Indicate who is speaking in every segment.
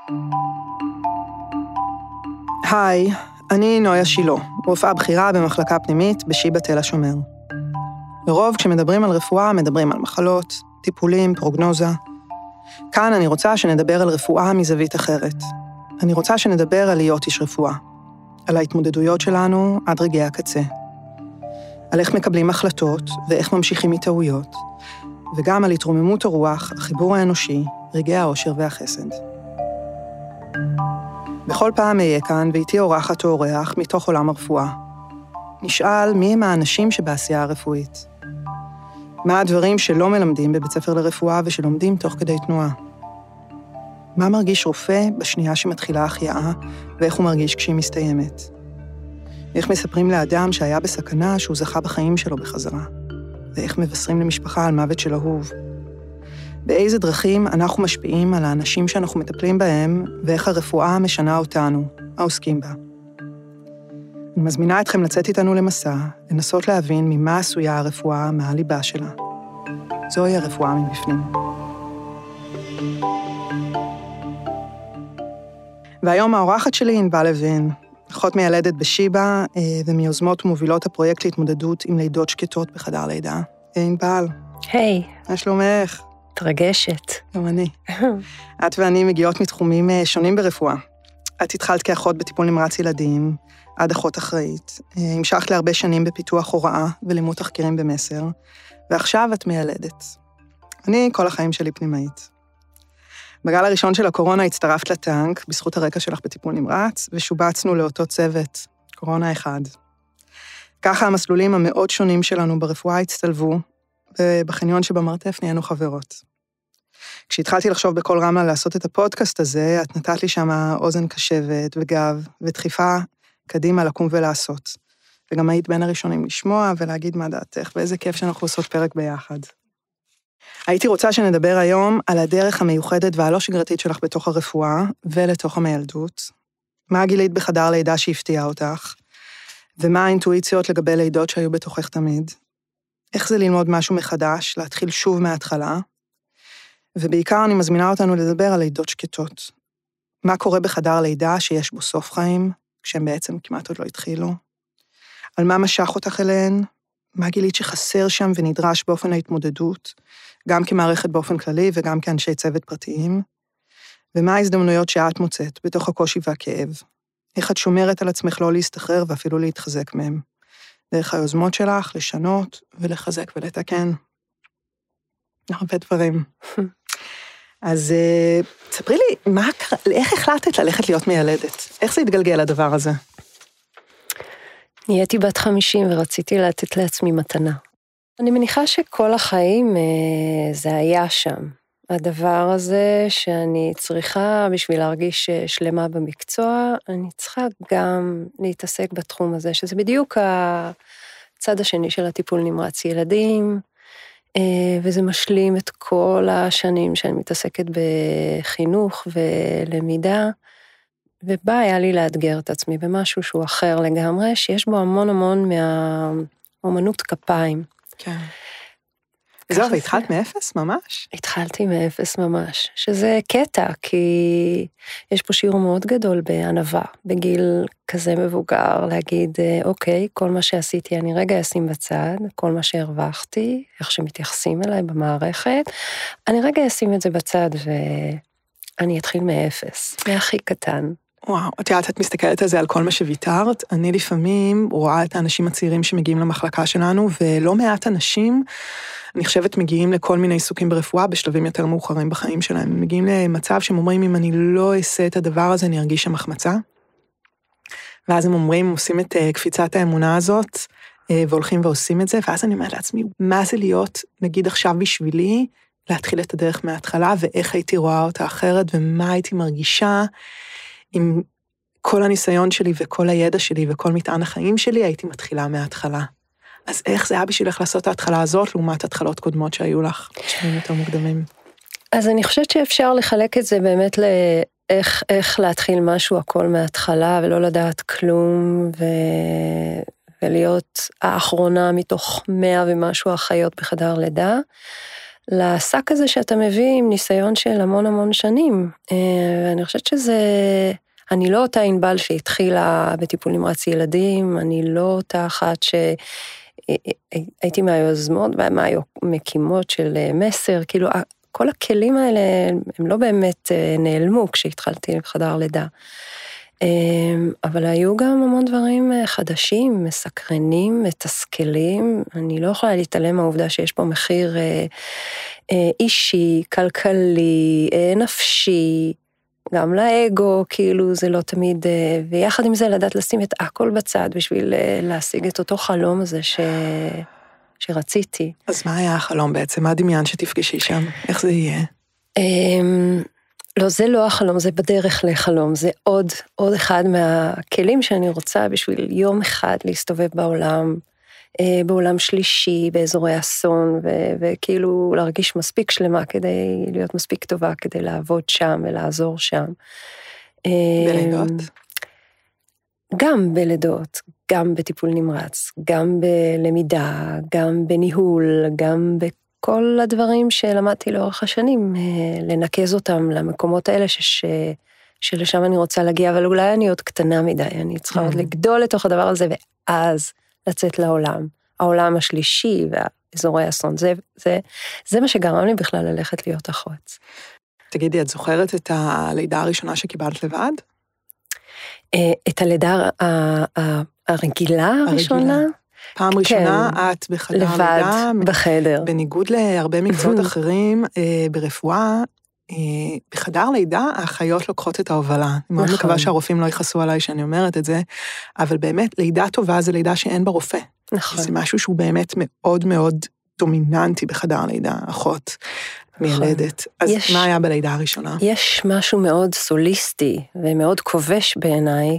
Speaker 1: היי, אני נויה שילה, רופאה בכירה במחלקה פנימית בשיבא תל השומר. לרוב כשמדברים על רפואה, מדברים על מחלות, טיפולים, פרוגנוזה. כאן אני רוצה שנדבר על רפואה מזווית אחרת. אני רוצה שנדבר על להיות איש רפואה. על ההתמודדויות שלנו עד רגעי הקצה. על איך מקבלים החלטות ואיך ממשיכים מטעויות. וגם על התרוממות הרוח, החיבור האנושי, רגעי האושר והחסד. בכל פעם אהיה כאן ואיתי אורחת או אורח מתוך עולם הרפואה. נשאל מי הם האנשים שבעשייה הרפואית. מה הדברים שלא מלמדים בבית ספר לרפואה ושלומדים תוך כדי תנועה. מה מרגיש רופא בשנייה שמתחילה החייאה ואיך הוא מרגיש כשהיא מסתיימת. איך מספרים לאדם שהיה בסכנה שהוא זכה בחיים שלו בחזרה. ואיך מבשרים למשפחה על מוות של אהוב. באיזה דרכים אנחנו משפיעים על האנשים שאנחנו מטפלים בהם, ואיך הרפואה משנה אותנו, העוסקים בה. אני מזמינה אתכם לצאת איתנו למסע, לנסות להבין ממה עשויה הרפואה מהליבה שלה. זוהי הרפואה מבפנים. והיום האורחת שלי ענבל לוין, אחות מיילדת בשיבא, ומיוזמות ומובילות הפרויקט להתמודדות עם לידות שקטות בחדר לידה. ענבל.
Speaker 2: היי.
Speaker 1: מה שלומך?
Speaker 2: מתרגשת.
Speaker 1: גם אני. את ואני מגיעות מתחומים שונים ברפואה. את התחלת כאחות בטיפול נמרץ ילדים, עד אחות אחראית. המשכת להרבה שנים בפיתוח הוראה ולימוד תחקירים במסר, ועכשיו את מיילדת. אני כל החיים שלי פנימאית. בגל הראשון של הקורונה הצטרפת לטנק, בזכות הרקע שלך בטיפול נמרץ, ושובצנו לאותו צוות, קורונה אחד. ככה המסלולים המאוד שונים שלנו ברפואה הצטלבו, ובחניון שבמרתף נהיינו חברות. כשהתחלתי לחשוב בכל רמה לעשות את הפודקאסט הזה, את נתת לי שם אוזן קשבת וגב, ודחיפה קדימה לקום ולעשות. וגם היית בין הראשונים לשמוע ולהגיד מה דעתך, ואיזה כיף שאנחנו עושות פרק ביחד. הייתי רוצה שנדבר היום על הדרך המיוחדת והלא שגרתית שלך בתוך הרפואה ולתוך המיילדות. מה גילית בחדר לידה שהפתיעה אותך, ומה האינטואיציות לגבי לידות שהיו בתוכך תמיד. איך זה ללמוד משהו מחדש, להתחיל שוב מההתחלה, ובעיקר אני מזמינה אותנו לדבר על לידות שקטות. מה קורה בחדר לידה שיש בו סוף חיים, כשהם בעצם כמעט עוד לא התחילו? על מה משך אותך אליהן? מה גילית שחסר שם ונדרש באופן ההתמודדות, גם כמערכת באופן כללי וגם כאנשי צוות פרטיים? ומה ההזדמנויות שאת מוצאת בתוך הקושי והכאב? איך את שומרת על עצמך לא להסתחרר ואפילו להתחזק מהם? דרך היוזמות שלך, לשנות ולחזק ולתקן. הרבה דברים. אז תספרי לי, איך החלטת ללכת להיות מיילדת? איך זה התגלגל הדבר הזה?
Speaker 2: נהייתי בת 50 ורציתי לתת לעצמי מתנה. אני מניחה שכל החיים זה היה שם. הדבר הזה שאני צריכה בשביל להרגיש שלמה במקצוע, אני צריכה גם להתעסק בתחום הזה, שזה בדיוק הצד השני של הטיפול נמרץ ילדים, וזה משלים את כל השנים שאני מתעסקת בחינוך ולמידה, ובא היה לי לאתגר את עצמי במשהו שהוא אחר לגמרי, שיש בו המון המון מהאומנות כפיים.
Speaker 1: כן. זהו, והתחלת מאפס ממש?
Speaker 2: התחלתי מאפס ממש, שזה קטע, כי יש פה שיעור מאוד גדול בענווה, בגיל כזה מבוגר, להגיד, אוקיי, כל מה שעשיתי אני רגע אשים בצד, כל מה שהרווחתי, איך שמתייחסים אליי במערכת, אני רגע אשים את זה בצד, ואני אתחיל מאפס, מהכי קטן.
Speaker 1: וואו, את מסתכלת על זה, על כל מה שוויתרת. אני לפעמים רואה את האנשים הצעירים שמגיעים למחלקה שלנו, ולא מעט אנשים, אני חושבת, מגיעים לכל מיני עיסוקים ברפואה, בשלבים יותר מאוחרים בחיים שלהם. הם מגיעים למצב שהם אומרים, אם אני לא אעשה את הדבר הזה, אני ארגיש שם החמצה. ואז הם אומרים, עושים את קפיצת האמונה הזאת, והולכים ועושים את זה, ואז אני אומרת לעצמי, מה זה להיות, נגיד עכשיו בשבילי, להתחיל את הדרך מההתחלה, ואיך הייתי רואה אותה אחרת, ומה הייתי מרגישה, עם כל הניסיון שלי וכל הידע שלי וכל מטען החיים שלי, הייתי מתחילה מההתחלה. אז איך זה היה בשבילך לעשות את ההתחלה הזאת, לעומת התחלות קודמות שהיו לך, שנים יותר מוקדמים?
Speaker 2: אז אני חושבת שאפשר לחלק את זה באמת לאיך להתחיל משהו הכל מההתחלה, ולא לדעת כלום, ולהיות האחרונה מתוך 100 ומשהו אחיות בחדר לידה. לשק הזה שאתה מביא עם ניסיון של המון המון שנים. ואני חושבת שזה, אני לא אותה ענבל שהתחילה בטיפול נמרץ ילדים, אני לא אותה אחת שהייתי מהיוזמות ומהמקימות של מסר, כאילו כל הכלים האלה הם לא באמת נעלמו כשהתחלתי בחדר לידה. אבל היו גם המון דברים חדשים, מסקרנים, מתסכלים, אני לא יכולה להתעלם מהעובדה שיש פה מחיר אישי, כלכלי, נפשי, גם לאגו, כאילו זה לא תמיד, ויחד עם זה לדעת לשים את הכל בצד בשביל להשיג את אותו חלום הזה שרציתי.
Speaker 1: אז מה היה החלום בעצם? מה הדמיין שתפגשי שם? איך זה יהיה?
Speaker 2: לא, זה לא החלום, זה בדרך לחלום, זה עוד אחד מהכלים שאני רוצה בשביל יום אחד להסתובב בעולם שלישי, באזורי אסון, וכאילו להרגיש מספיק שלמה כדי להיות מספיק טובה, כדי לעבוד שם ולעזור שם.
Speaker 1: בלידות?
Speaker 2: גם בלידות, גם בטיפול נמרץ, גם בלמידה, גם בניהול, גם כל הדברים שלמדתי לאורך השנים, לנקז אותם למקומות האלה שלשם אני רוצה להגיע, אבל אולי אני עוד קטנה מדי, אני צריכה עוד לגדול לתוך הדבר הזה, ואז לצאת לעולם, העולם השלישי והאזורי האסון, זה מה שגרם לי בכלל ללכת להיות אחות.
Speaker 1: תגידי, את זוכרת את הלידה הראשונה שקיבלת לבד?
Speaker 2: את הלידה הרגילה הראשונה?
Speaker 1: פעם ראשונה את בחדר לידה,
Speaker 2: לבד, בחדר.
Speaker 1: בניגוד להרבה מקצועות אחרים ברפואה, בחדר לידה האחיות לוקחות את ההובלה. אני מאוד מקווה שהרופאים לא יכעסו עליי שאני אומרת את זה, אבל באמת לידה טובה זה לידה שאין בה רופא.
Speaker 2: נכון.
Speaker 1: זה משהו שהוא באמת מאוד מאוד דומיננטי בחדר לידה, אחות מילדת. אז מה היה בלידה הראשונה?
Speaker 2: יש משהו מאוד סוליסטי ומאוד כובש בעיניי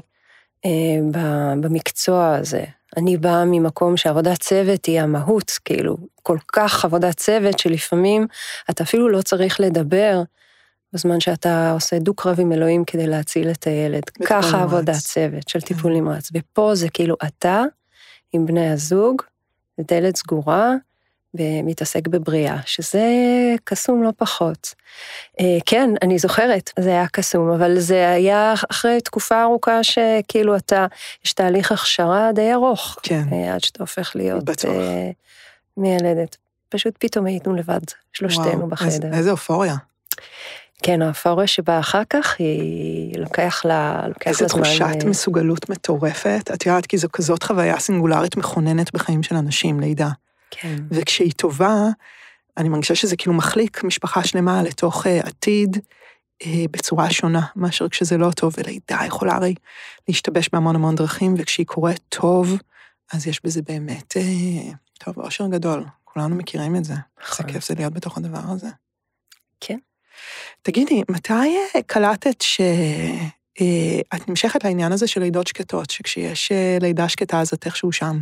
Speaker 2: במקצוע הזה. אני באה ממקום שעבודת צוות היא המהות, כאילו, כל כך עבודת צוות שלפעמים אתה אפילו לא צריך לדבר בזמן שאתה עושה דו-קרב עם אלוהים כדי להציל את הילד. ככה עבודת צוות של טיפול נמרץ. ופה זה כאילו אתה עם בני הזוג, דלת סגורה, ומתעסק בבריאה, שזה קסום לא פחות. כן, אני זוכרת, זה היה קסום, אבל זה היה אחרי תקופה ארוכה שכאילו יש תהליך הכשרה די ארוך,
Speaker 1: כן.
Speaker 2: עד שאתה הופך להיות מילדת. פשוט פתאום היינו לבד, שלושתנו בחדר.
Speaker 1: איזה אופוריה.
Speaker 2: כן, האופוריה שבאה אחר כך, היא לוקח לה זמן.
Speaker 1: איזו תחושת מסוגלות מטורפת, את יודעת, כי זו כזאת חוויה סינגולרית מכוננת בחיים של אנשים, לידה.
Speaker 2: כן.
Speaker 1: וכשהיא טובה, אני מרגישה שזה כאילו מחליק משפחה שלמה לתוך עתיד בצורה שונה, מאשר כשזה לא טוב, ולידה יכולה הרי להשתבש בהמון המון דרכים, וכשהיא קורית טוב, אז יש בזה באמת, טוב, אושר גדול, כולנו מכירים את זה. זה כיף זה להיות בתוך הדבר הזה.
Speaker 2: כן.
Speaker 1: תגידי, מתי קלטת שאת נמשכת לעניין הזה של לידות שקטות, שכשיש לידה שקטה אז את איכשהו שם?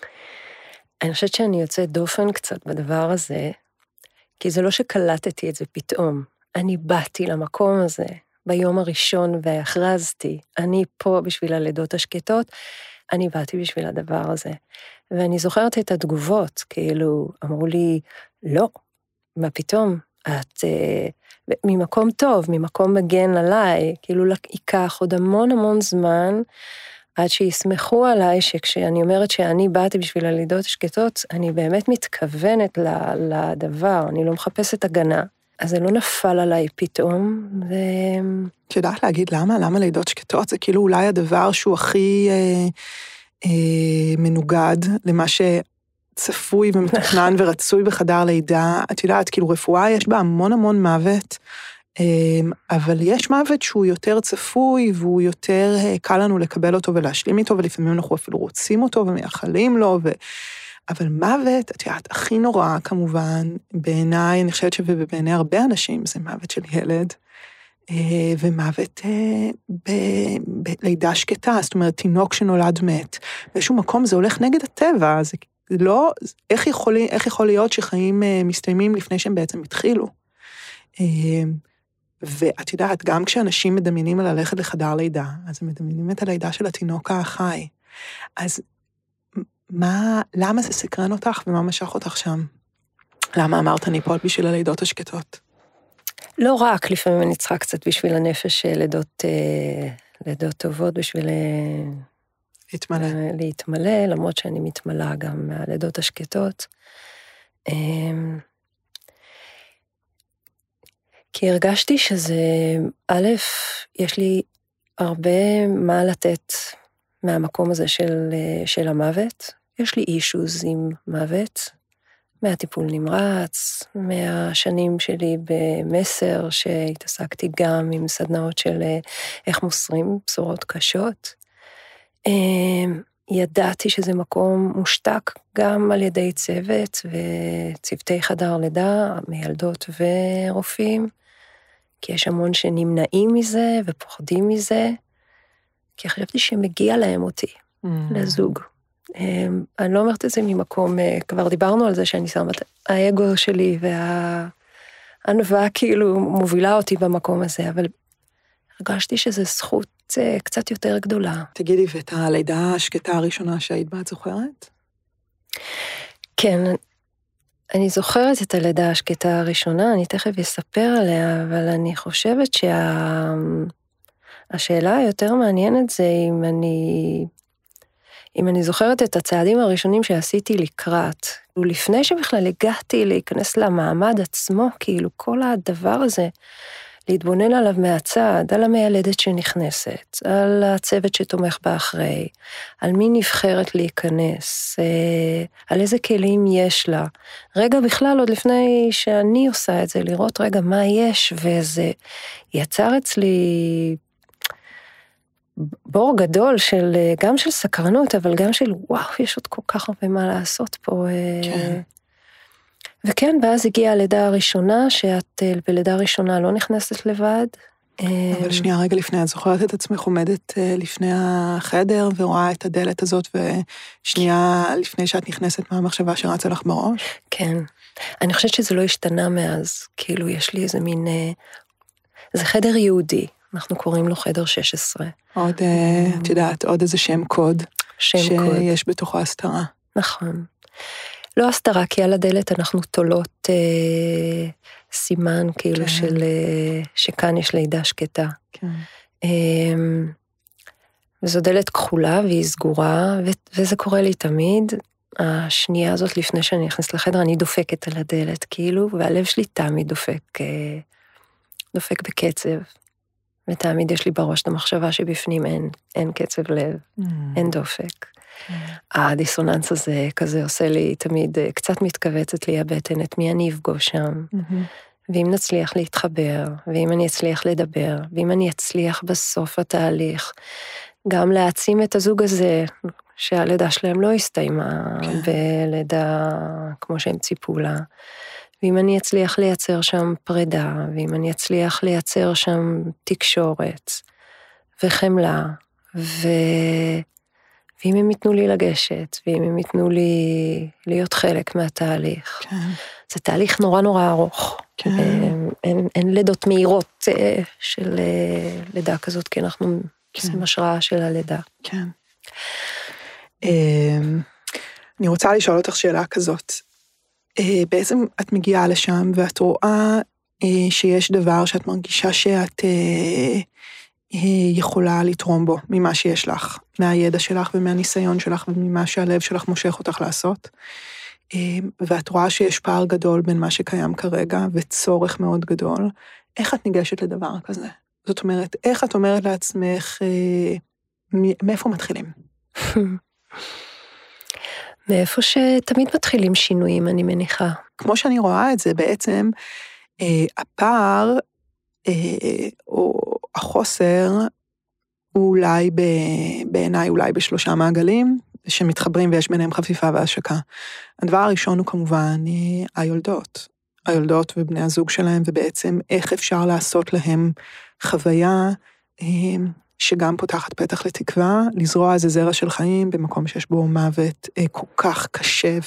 Speaker 2: אני חושבת שאני יוצאת דופן קצת בדבר הזה, כי זה לא שקלטתי את זה פתאום. אני באתי למקום הזה ביום הראשון והכרזתי, אני פה בשביל הלידות השקטות, אני באתי בשביל הדבר הזה. ואני זוכרת את התגובות, כאילו, אמרו לי, לא, מה פתאום? את ממקום טוב, ממקום מגן עליי, כאילו ייקח עוד המון המון זמן, עד שיסמכו עליי שכשאני אומרת שאני באתי בשביל הלידות השקטות, אני באמת מתכוונת לדבר, אני לא מחפשת הגנה. אז זה לא נפל עליי פתאום.
Speaker 1: את יודעת להגיד למה? למה לידות שקטות? זה כאילו אולי הדבר שהוא הכי מנוגד למה שצפוי ומתוכנן ורצוי בחדר לידה. את יודעת, כאילו רפואה יש בה המון המון מוות, אבל יש מוות שהוא יותר צפוי, והוא יותר קל לנו לקבל אותו ולהשלים איתו, ולפעמים אנחנו אפילו רוצים אותו ומייחלים לו, אבל מוות, את יודעת, הכי נורא כמובן, בעיניי, אני חושבת שבעיני הרבה אנשים, זה מוות של ילד, ומוות בלידה שקטה, זאת אומרת, תינוק שנולד מת, באיזשהו מקום זה הולך נגד הטבע, זה לא, איך יכול להיות שחיים מסתיימים לפני שהם בעצם התחילו? ואת יודעת, גם כשאנשים מדמיינים על ללכת לחדר לידה, אז הם מדמיינים את הלידה של התינוק החי. אז למה זה סקרן אותך ומה משך אותך שם? למה אמרת אני פה בשביל הלידות השקטות?
Speaker 2: לא רק, לפעמים אני צריכה קצת בשביל הנפש לידות טובות, בשביל להתמלא, למרות שאני מתמלאה גם מהלידות השקטות. כי הרגשתי שזה, א', יש לי הרבה מה לתת מהמקום הזה של המוות. יש לי אישוז עם מוות, מהטיפול נמרץ, מהשנים שלי במסר, שהתעסקתי גם עם סדנאות של איך מוסרים בשורות קשות. ידעתי שזה מקום מושתק גם על ידי צוות וצוותי חדר לידה, מילדות ורופאים, כי יש המון שנמנעים מזה ופוחדים מזה, כי חשבתי שמגיע להם אותי, לזוג. אני לא אומרת את זה ממקום, כבר דיברנו על זה שאני שמה, האגו שלי והענווה כאילו מובילה אותי במקום הזה, אבל הרגשתי שזו זכות קצת יותר גדולה.
Speaker 1: תגידי, ואת הלידה השקטה הראשונה שהיית בה, את זוכרת?
Speaker 2: כן, אני זוכרת את הלידה השקטה הראשונה, אני תכף אספר עליה, אבל אני חושבת שהשאלה היותר מעניינת זה אם אני זוכרת את הצעדים הראשונים שעשיתי לקראת, ולפני שבכלל הגעתי להיכנס למעמד עצמו, כאילו כל הדבר הזה, להתבונן עליו מהצד, על המיילדת שנכנסת, על הצוות שתומך באחרי, על מי נבחרת להיכנס, על איזה כלים יש לה. רגע בכלל, עוד לפני שאני עושה את זה, לראות רגע מה יש, וזה יצר אצלי בור גדול גם של סקרנות, אבל גם של וואו, יש עוד כל כך הרבה מה לעשות פה.
Speaker 1: כן.
Speaker 2: וכן, ואז הגיעה הלידה הראשונה, שאת בלידה הראשונה לא נכנסת לבד.
Speaker 1: אבל שנייה רגע לפני, את זוכרת את עצמך עומדת לפני החדר, ורואה את הדלת הזאת, ושנייה לפני שאת נכנסת, מה המחשבה שרצה לך בראש?
Speaker 2: כן. אני חושבת שזה לא השתנה מאז, כאילו יש לי איזה מין, זה חדר יהודי, אנחנו קוראים לו חדר 16.
Speaker 1: עוד, את יודעת, עוד איזה שם קוד. שיש בתוכו הסתרה.
Speaker 2: נכון. לא הסתרה, כי על הדלת אנחנו תולות סימן, כאילו כן. שכאן יש לידה שקטה.
Speaker 1: כן.
Speaker 2: וזו דלת כחולה והיא סגורה, וזה קורה לי תמיד. השנייה הזאת לפני שאני נכנס לחדר, אני דופקת על הדלת, כאילו, והלב שלי תמיד דופק בקצב. ותמיד יש לי בראש את המחשבה שבפנים אין קצב לב, אין דופק. הדיסוננס הזה כזה עושה לי תמיד, קצת מתכווצת לי הבטן, את מי אני אפגוש שם. ואם נצליח להתחבר, ואם אני אצליח לדבר, ואם אני אצליח בסוף התהליך, גם להעצים את הזוג הזה, שהלידה שלהם לא הסתיימה בלידה כמו שהם ציפו לה. ואם אני אצליח לייצר שם פרידה, ואם אני אצליח לייצר שם תקשורת, וחמלה, ואם הם ייתנו לי לגשת, ואם הם ייתנו לי להיות חלק מהתהליך. כן. זה תהליך נורא נורא ארוך. כן. אין לידות מהירות של לידה כזאת, כי אנחנו עושים השראה של הלידה.
Speaker 1: כן. אני רוצה לשאול אותך שאלה כזאת. בעצם את מגיעה לשם, ואת רואה שיש דבר שאת מרגישה שאת יכולה לתרום בו, ממה שיש לך, מהידע שלך ומהניסיון שלך, וממה שהלב שלך מושך אותך לעשות. ואת רואה שיש פער גדול בין מה שקיים כרגע, וצורך מאוד גדול. איך את ניגשת לדבר כזה? זאת אומרת, איך את אומרת לעצמך, מאיפה מתחילים?
Speaker 2: מאיפה שתמיד מתחילים שינויים, אני מניחה.
Speaker 1: כמו שאני רואה את זה, בעצם הפער או החוסר הוא אולי בעיניי אולי בשלושה מעגלים שמתחברים ויש ביניהם חפיפה והשקה. הדבר הראשון הוא כמובן היולדות ובני הזוג שלהם, ובעצם איך אפשר לעשות להם חוויה שגם פותחת פתח לתקווה, לזרוע איזה זרע של חיים במקום שיש בו מוות כל כך קשה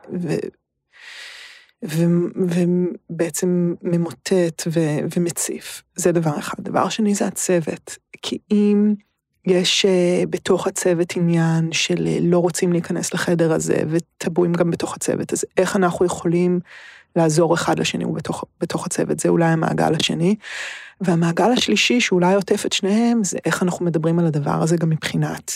Speaker 1: ובעצם ממוטט ומציף. זה דבר אחד. דבר שני זה הצוות, כי אם יש בתוך הצוות עניין של לא רוצים להיכנס לחדר הזה, וטבועים גם בתוך הצוות הזה, איך אנחנו יכולים לעזור אחד לשני בתוך הצוות, זה אולי המעגל השני. והמעגל השלישי, שאולי עוטף את שניהם, זה איך אנחנו מדברים על הדבר הזה גם מבחינת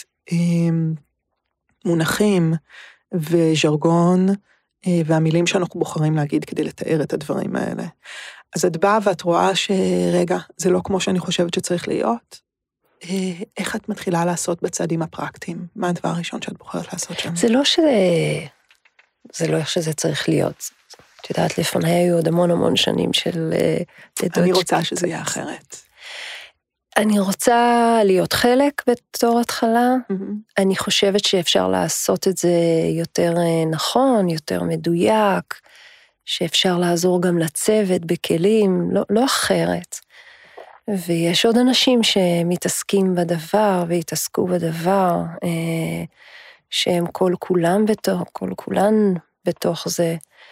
Speaker 1: מונחים וז'רגון, והמילים שאנחנו בוחרים להגיד כדי לתאר את הדברים האלה. אז את באה ואת רואה שרגע, זה לא כמו שאני חושבת שצריך להיות. איך את מתחילה לעשות בצעדים הפרקטיים? מה הדבר הראשון שאת בוחרת לעשות שם?
Speaker 2: זה לא איך שזה צריך להיות. את יודעת, לפני היו עוד המון שנים של לידות.
Speaker 1: אני רוצה שזה יהיה אחרת.
Speaker 2: אני רוצה להיות חלק בתור התחלה. אני חושבת שאפשר לעשות את זה יותר נכון, יותר מדויק, שאפשר לעזור גם לצוות בכלים, לא אחרת. ויש עוד אנשים שמתעסקים בדבר והתעסקו בדבר, שהם כל כולן בתוך זה.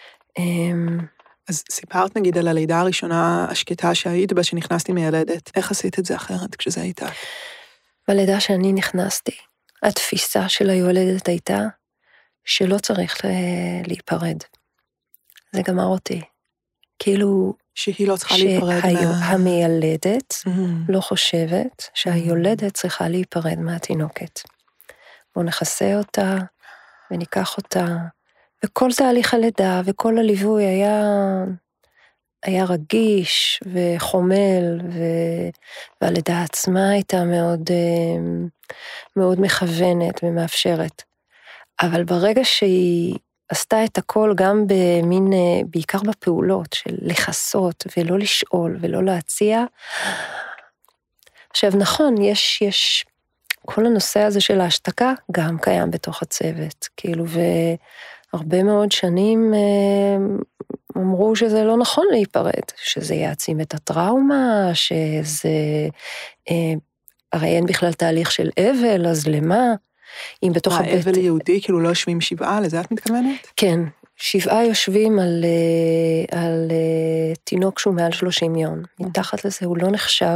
Speaker 1: אז סיפרת נגיד על הלידה הראשונה השקטה שהיית בה, שנכנסתי מילדת. איך עשית את זה אחרת כשזה הייתה?
Speaker 2: בלידה שאני נכנסתי, התפיסה של היולדת הייתה שלא צריך להיפרד. זה גמר אותי. כאילו
Speaker 1: שהיא לא צריכה להיפרד
Speaker 2: המילדת לא חושבת שהיולדת צריכה להיפרד מהתינוקת. בוא נחסה אותה וניקח אותה, וכל תהליך הלידה וכל הליווי היה רגיש וחומל, והלידה עצמה הייתה מאוד מכוונת ומאפשרת. אבל ברגע שהיא עשתה את הכל גם בעיקר בפעולות של לחסות ולא לשאול ולא להציע. עכשיו נכון, יש כל הנושא הזה של ההשתקה גם קיים בתוך הצוות, כאילו, והרבה מאוד שנים אמרו שזה לא נכון להיפרד, שזה יעצים את הטראומה, שזה, הרי אין בכלל תהליך של אבל, אז למה? אם בתוך הבית...
Speaker 1: אבל יהודי, כאילו לא יושבים 7, לזה את מתכוונת?
Speaker 2: כן, 7 יושבים על תינוק שהוא מעל 30 יום. מתחת לזה הוא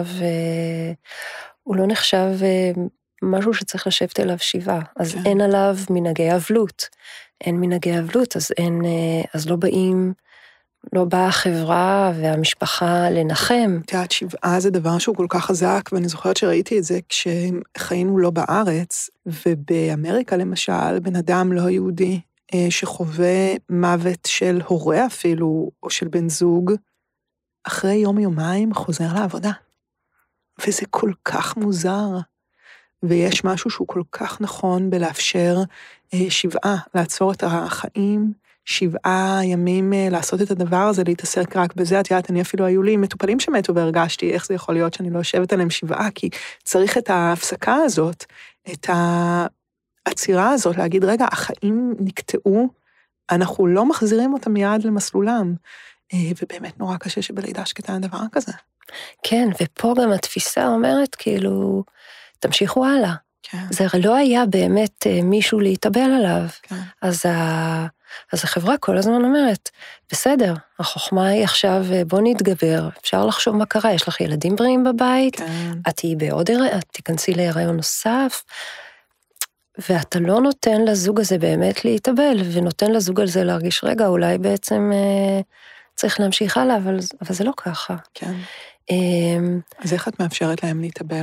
Speaker 2: לא נחשב משהו שצריך לשבת אליו 7, אז אין עליו מנהגי אבלות. אין מנהגי אבלות, אז לא באה החברה והמשפחה לנחם.
Speaker 1: את יודעת, 7 זה דבר שהוא כל כך חזק, ואני זוכרת שראיתי את זה כשחיינו לא בארץ, ובאמריקה למשל, בן אדם לא יהודי, שחווה מוות של הורה אפילו, או של בן זוג, אחרי יום-יומיים חוזר לעבודה. וזה כל כך מוזר, ויש משהו שהוא כל כך נכון בלאפשר 7, לעצור את החיים, 7 ימים לעשות את הדבר הזה, להתעסק רק בזה. את יודעת, אני אפילו היו לי מטופלים שמתו והרגשתי איך זה יכול להיות שאני לא יושבת עליהם 7, כי צריך את ההפסקה הזאת, את העצירה הזאת, להגיד, רגע, החיים נקטעו, אנחנו לא מחזירים אותם מיד למסלולם, ובאמת נורא קשה שבלידה שקטה אין דבר כזה.
Speaker 2: כן, ופה גם התפיסה אומרת, כאילו, תמשיכו הלאה. כן. זה הרי לא היה באמת מישהו להתאבל עליו. כן. אז החברה כל הזמן אומרת, בסדר, החוכמה היא עכשיו, בוא נתגבר, אפשר לחשוב מה קרה, יש לך ילדים בריאים בבית, כן. את תיכנסי להיריון נוסף, ואתה לא נותן לזוג הזה באמת להתאבל, ונותן לזוג הזה להרגיש, רגע, אולי בעצם צריך להמשיך הלאה, אבל זה לא ככה.
Speaker 1: כן. אז איך את מאפשרת להם להתאבל?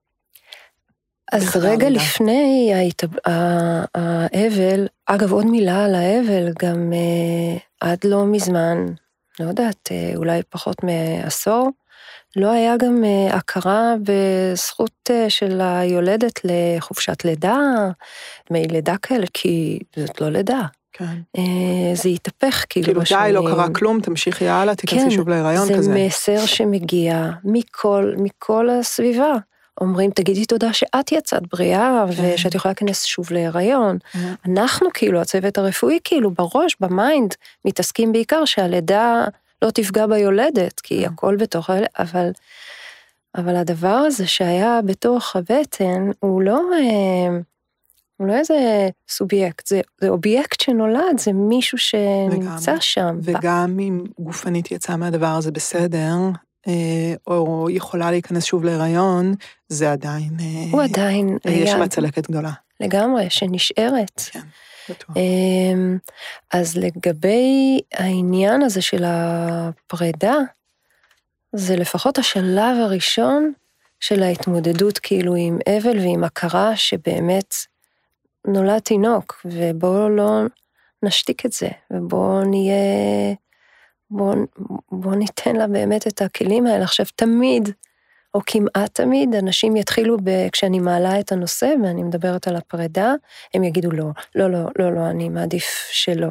Speaker 2: אז רגע לפני האבל, אגב עוד מילה על האבל, גם עד לא מזמן, לא יודעת, אולי פחות מעשור, לא היה גם הכרה בזכות של היולדת לחופשת לידה, דמי לידה כאלה, כי זאת לא לידה.
Speaker 1: כן.
Speaker 2: זה יתהפך כאילו.
Speaker 1: כאילו די, לא קרה כלום, תמשיכי הלאה, תיכנסי שוב להיריון כזה.
Speaker 2: זה מסר שמגיע מכל הסביבה. אומרים, תגידי תודה שאת יצאת בריאה, ושאת יכולה להיכנס שוב להיריון. אנחנו כאילו, הצוות הרפואי כאילו, בראש, במיינד, מתעסקים בעיקר שהלידה לא תפגע ביולדת, כי הכל בתוך הילד, אבל הדבר הזה שהיה בתוך הבטן, הוא לא איזה סובייקט, זה אובייקט שנולד, זה מישהו שנמצא שם.
Speaker 1: וגם אם גופנית יצא מהדבר הזה בסדר, או יכולה להיכנס שוב להיריון, זה עדיין...
Speaker 2: הוא עדיין
Speaker 1: יש לה צלקת גדולה.
Speaker 2: לגמרי, שנשארת.
Speaker 1: כן, בטוח.
Speaker 2: אז לגבי העניין הזה של הפרידה, זה לפחות השלב הראשון של ההתמודדות כאילו עם אבל ועם הכרה שבאמת נולד תינוק, ובואו לא נשתיק את זה, ובואו נהיה, בואו ניתן לה באמת את הכלים האלה. עכשיו תמיד, או כמעט תמיד, אנשים יתחילו כשאני מעלה את הנושא, ואני מדברת על הפרידה, הם יגידו לא, לא, לא, לא, לא, אני מעדיף שלא.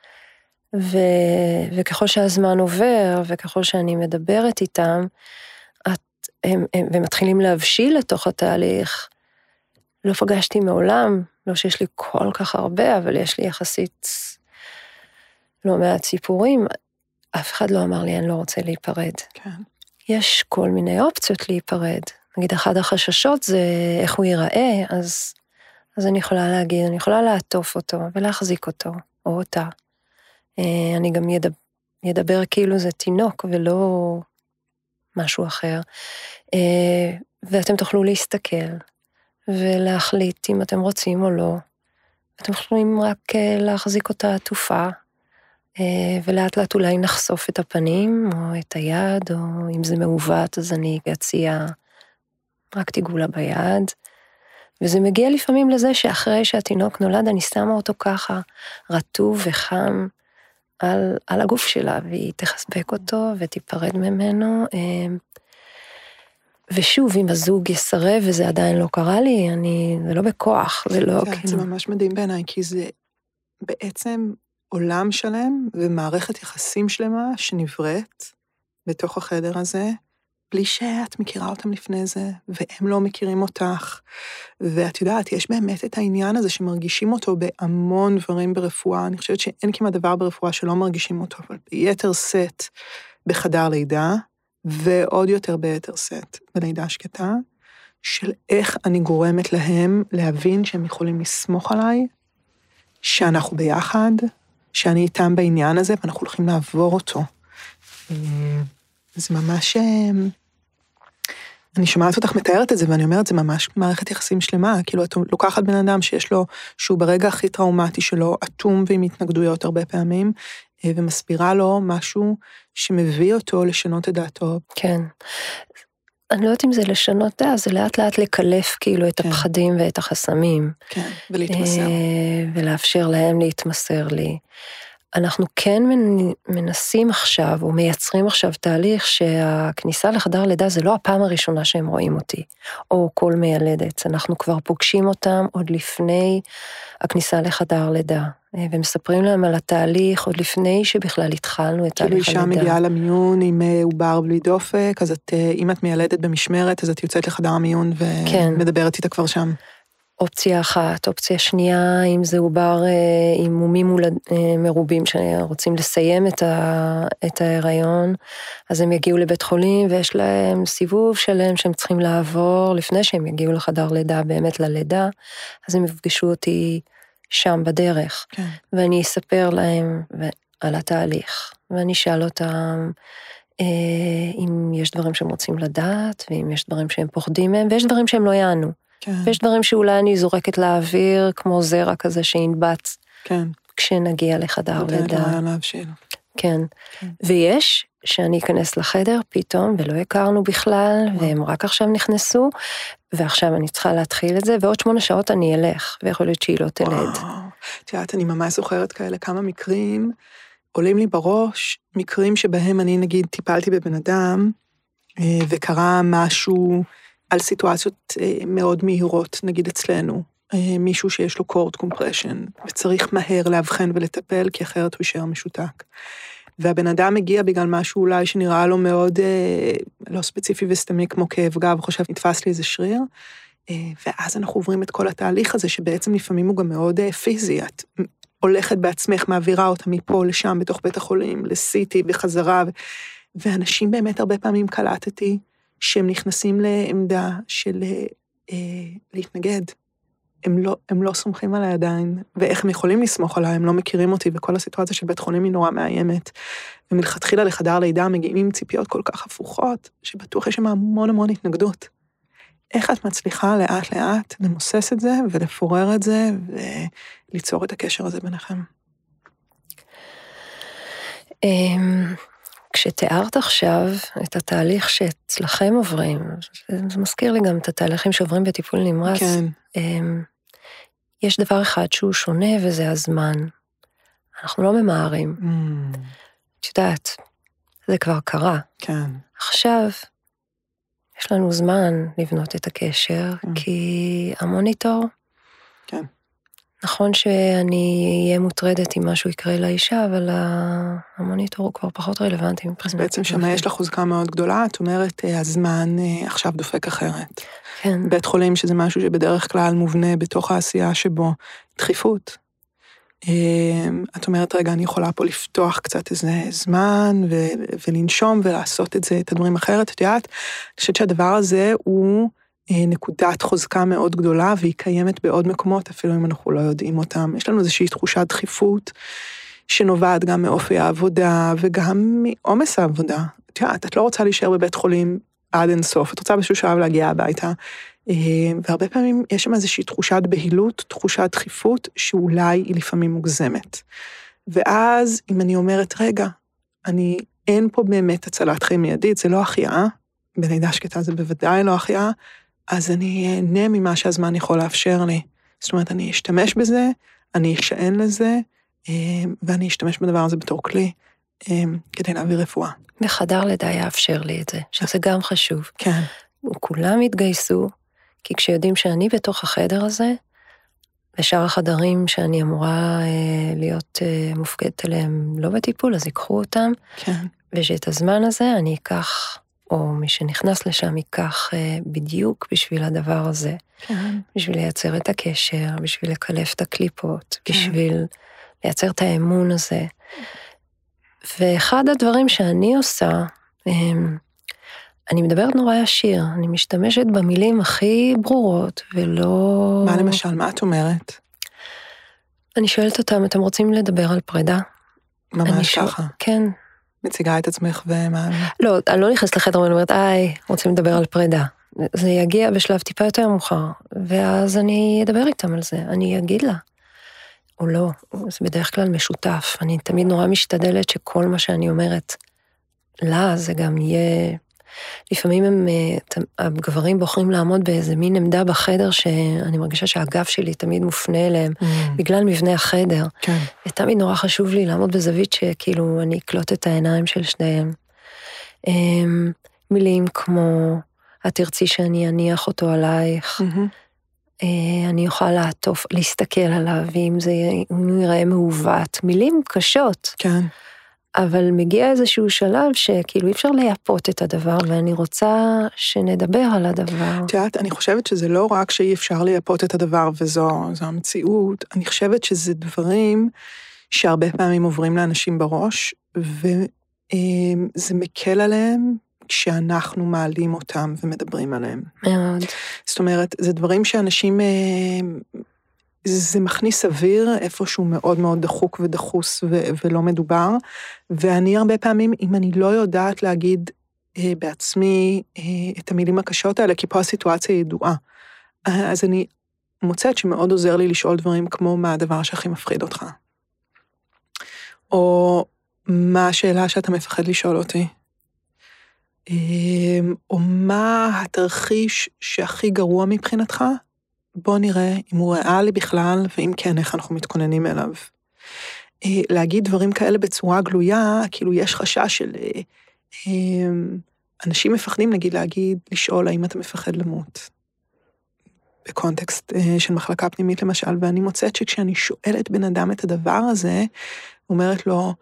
Speaker 2: וככל שהזמן עובר, וככל שאני מדברת איתם, ומתחילים להבשיל לתוך התהליך, לא פגשתי מעולם, לא שיש לי כל כך הרבה, אבל יש לי יחסית לא מעט סיפורים, אף אחד לא אמר לי, אני לא רוצה להיפרד.
Speaker 1: כן.
Speaker 2: יש כל מיני אופציות להיפרד. נגיד, אחד החששות זה איך הוא ייראה, אז אני יכולה להגיד, אני יכולה לעטוף אותו ולהחזיק אותו, או אותה. אני גם ידבר כאילו זה תינוק ולא משהו אחר. ואתם תוכלו להסתכל ולהחליט אם אתם רוצים או לא. אתם יכולים רק להחזיק אותה עטופה, ולאט לאט אולי נחשוף את הפנים או את היד, או אם זה מעוות אז אני אציע רק תיגעו לה ביד. וזה מגיע לפעמים לזה שאחרי שהתינוק נולד אני שמה אותו ככה רטוב וחם על הגוף שלה, והיא תחסבק אותו ותיפרד ממנו. ושוב, אם הזוג יסרב, וזה עדיין לא קרה לי, זה לא בכוח, זה לא כאילו...
Speaker 1: זה ממש מדהים בעיניי, כי זה בעצם עולם שלם ומערכת יחסים שלמה שנבראת בתוך החדר הזה, בלי שאת מכירה אותם לפני זה, והם לא מכירים אותך. ואת יודעת, יש באמת את העניין הזה שמרגישים אותו בהמון דברים ברפואה. אני חושבת שאין כמעט דבר ברפואה שלא מרגישים אותו, אבל ביתר סט בחדר לידה, ועוד יותר ביתר סט בלידה שקטה, של איך אני גורמת להם להבין שהם יכולים לסמוך עליי, שאנחנו ביחד, שאני איתם בעניין הזה, ואנחנו הולכים לעבור אותו. זה ממש... אני שומעת אותך מתארת את זה, ואני אומרת, זה ממש מערכת יחסים שלמה, כאילו את לוקחת בן אדם שיש לו, שהוא ברגע הכי טראומטי שלו, אטום ועם התנגדויות הרבה פעמים, ומסבירה לו משהו שמביא אותו לשנות את דעתו.
Speaker 2: כן. אני לא יודעת אם זה לשנות דעה, זה לאט לאט לקלף כאילו את הפחדים ואת החסמים.
Speaker 1: כן, ולהתמסר.
Speaker 2: ולאפשר להם להתמסר לי. אנחנו כן מנסים עכשיו, או מייצרים עכשיו תהליך שהכניסה לחדר לידה זה לא הפעם הראשונה שהם רואים אותי, או כל מיילדת. אנחנו כבר פוגשים אותם עוד לפני הכניסה לחדר לידה, ומספרים להם על התהליך עוד לפני שבכלל התחלנו את תהליך הלידה.
Speaker 1: כאילו אישה מגיעה למיון עם עובר בלי דופק, אז אם את מיילדת במשמרת, אז את יוצאת לחדר המיון ומדברת איתה כבר שם.
Speaker 2: אופציה אחת, אופציה שנייה, אם זה עובר עם מומים מרובים שרוצים לסיים את ההיריון, אז הם יגיעו לבית חולים ויש להם סיבוב שלם שהם צריכים לעבור לפני שהם יגיעו לחדר לידה, באמת ללידה, אז הם יפגשו אותי שם בדרך,
Speaker 1: כן.
Speaker 2: ואני אספר להם על התהליך, ואני אשאל אותם אם יש דברים שהם רוצים לדעת, ואם יש דברים שהם פוחדים מהם, ויש דברים שהם לא יענו.
Speaker 1: כן.
Speaker 2: ויש דברים שאולי אני זורקת לאוויר, כמו זרע כזה שינבט,
Speaker 1: כן.
Speaker 2: כשנגיע לחדר לידה. כן. ויש שאני אכנס לחדר פתאום, ולא הכרנו בכלל, והם רק עכשיו נכנסו, ועכשיו אני צריכה להתחיל את זה, ועוד 8 שעות אני אלך, ויכול להיות שהיא לא תלד.
Speaker 1: תיאת, אני ממש זוכרת כאלה כמה מקרים, עולים לי בראש, מקרים שבהם אני נגיד טיפלתי בבן אדם, וקרה משהו על סיטואציות מאוד מהירות, נגיד אצלנו, מישהו שיש לו קורד קומפרשן, וצריך מהר להבחן ולטפל, כי אחרת הוא יישאר משותק. והבן אדם מגיע בגלל משהו אולי שנראה לו מאוד לא ספציפי וסתמי כמו כאב גב, חושב, נתפס לי איזה שריר, ואז אנחנו עוברים את כל התהליך הזה, שבעצם לפעמים הוא גם מאוד פיזי, את הולכת בעצמך, מעבירה אותה מפה לשם, בתוך בית החולים, לסיטי, בחזרה, ואנשים באמת הרבה פעמים קלטתי, שהם נכנסים לעמדה של להתנגד. הם לא סומכים עליי עדיין, ואיך הם יכולים לסמוך עליי, הם לא מכירים אותי, וכל הסיטואציה של בית חולים היא נורא מאיימת. ומלכתחילה לחדר לידה מגיעים עם ציפיות כל כך הפוכות, שבטוח יש שם המון המון התנגדות. איך את מצליחה לאט לאט למוסס את זה ולפורר את זה וליצור את הקשר הזה ביניכם?
Speaker 2: כשתיארת עכשיו את התהליך שאצלכם עוברים, זה מזכיר לי גם את התהליכים שעוברים בטיפול נמרץ.
Speaker 1: כן.
Speaker 2: יש דבר אחד שהוא שונה וזה הזמן. אנחנו לא ממהרים. את יודעת, זה כבר קרה.
Speaker 1: כן. עכשיו,
Speaker 2: יש לנו זמן לבנות את הקשר, כי המוניטור,
Speaker 1: כן.
Speaker 2: נכון שאני אהיה מוטרדת אם משהו יקרה לאישה, אבל המוניטור הוא כבר פחות רלוונטי.
Speaker 1: אז בעצם שמה יש לך חוזקה מאוד גדולה, את אומרת, הזמן עכשיו דופק אחרת.
Speaker 2: כן.
Speaker 1: בית חולים שזה משהו שבדרך כלל מובנה בתוך העשייה שבו דחיפות. את אומרת, רגע, אני יכולה פה לפתוח קצת איזה זמן ולנשום ולעשות את זה, את הדברים אחרת. את יודעת, אני חושבת שהדבר הזה הוא נקודת חוזקה מאוד גדולה, והיא קיימת בעוד מקומות, אפילו אם אנחנו לא יודעים אותם. יש לנו איזושהי תחושת דחיפות, שנובעת גם מאופי העבודה, וגם מעומס העבודה. את יודעת, את לא רוצה להישאר בבית חולים עד אינסוף, את רוצה בשביל שעה להגיע הביתה, והרבה פעמים יש שם איזושהי תחושת בהילות, תחושת דחיפות, שאולי היא לפעמים מוגזמת. ואז, אם אני אומרת, רגע, אין פה באמת הצלת חיים מיידית, זה לא החייאה, בלידה שקטה זה בוודאי לא החייאה, אז אני אהנה ממה שהזמן יכול לאפשר לי. זאת אומרת, אני אשתמש בזה, אני אשען לזה, ואני אשתמש בדבר הזה בתור כלי, כדי להביא רפואה.
Speaker 2: בחדר לידה יאפשר לי את זה, שזה גם חשוב.
Speaker 1: כן.
Speaker 2: כולם התגייסו, כי כשיודעים שאני בתוך החדר הזה, ושאר החדרים שאני אמורה להיות מופקדת אליהם לא בטיפול, אז ייקחו אותם,
Speaker 1: כן.
Speaker 2: ושאת הזמן הזה אני אקח, או מי שנכנס לשם ייקח בדיוק בשביל הדבר הזה.
Speaker 1: כן.
Speaker 2: בשביל לייצר את הקשר, בשביל לקלף את הקליפות, כן. בשביל לייצר את האמון הזה. ואחד הדברים שאני עושה, אני מדברת נורא ישיר, אני משתמשת במילים הכי ברורות, ולא...
Speaker 1: מה למשל, מה את אומרת?
Speaker 2: אני שואלת אותם, אתם רוצים לדבר על פרידה?
Speaker 1: ממש ככה.
Speaker 2: כן.
Speaker 1: מציגה את עצמך ומה...
Speaker 2: לא, אני לא נכנסת לחדר ואני אומרת, רוצים לדבר על פרידה. זה יגיע בשלב טיפה יותר מאוחר, ואז אני אדבר איתם על זה, אני אגיד לה. או לא, זה בדרך כלל משותף, אני תמיד נורא משתדלת שכל מה שאני אומרת לה, זה גם יהיה... לפעמים הגברים בוחרים לעמוד באיזה מין עמדה בחדר שאני מרגישה שהגב שלי תמיד מופנה אליהם, בגלל מבנה החדר.
Speaker 1: כן.
Speaker 2: ותמיד נורא חשוב לי לעמוד בזווית שכאילו אני אקלוט את העיניים של שניהם. מילים כמו, את תרצי שאני אניח אותו עלייך, אני אוכל לעטוף, להסתכל עליו, ואם הוא יראה מעוות, מילים קשות.
Speaker 1: כן.
Speaker 2: אבל מגיע איזשהו שלב שכאילו אי אפשר לייפות את הדבר, ואני רוצה שנדבר על הדבר.
Speaker 1: תיאת, אני חושבת שזה לא רק שאי אפשר לייפות את הדבר, וזו המציאות, אני חושבת שזה דברים שהרבה פעמים עוברים לאנשים בראש, וזה מקל עליהם כשאנחנו מעלים אותם ומדברים עליהם.
Speaker 2: מאוד.
Speaker 1: זאת אומרת, זה דברים שאנשים... זה מכניס אוויר איפשהו מאוד מאוד דחוק ודחוס ולא מדובר, ואני הרבה פעמים, אם אני לא יודעת להגיד בעצמי את המילים הקשות האלה, כי פה הסיטואציה ידועה, אז אני מוצאת שמאוד עוזר לי לשאול דברים כמו מה הדבר שהכי מפחיד אותך, או מה השאלה שאתה מפחד לשאול אותי, או מה התרחיש שהכי גרוע מבחינתך, בוא נראה אם הוא ריאלי בכלל, ואם כן, איך אנחנו מתכוננים אליו. להגיד דברים כאלה בצורה גלויה, כאילו יש חשש של... אנשים מפחדים, נגיד, לשאול האם אתה מפחד למות. בקונטקסט של מחלקה פנימית למשל, ואני מוצאת שכשאני שואלת בן אדם את הדבר הזה, אומרת לו,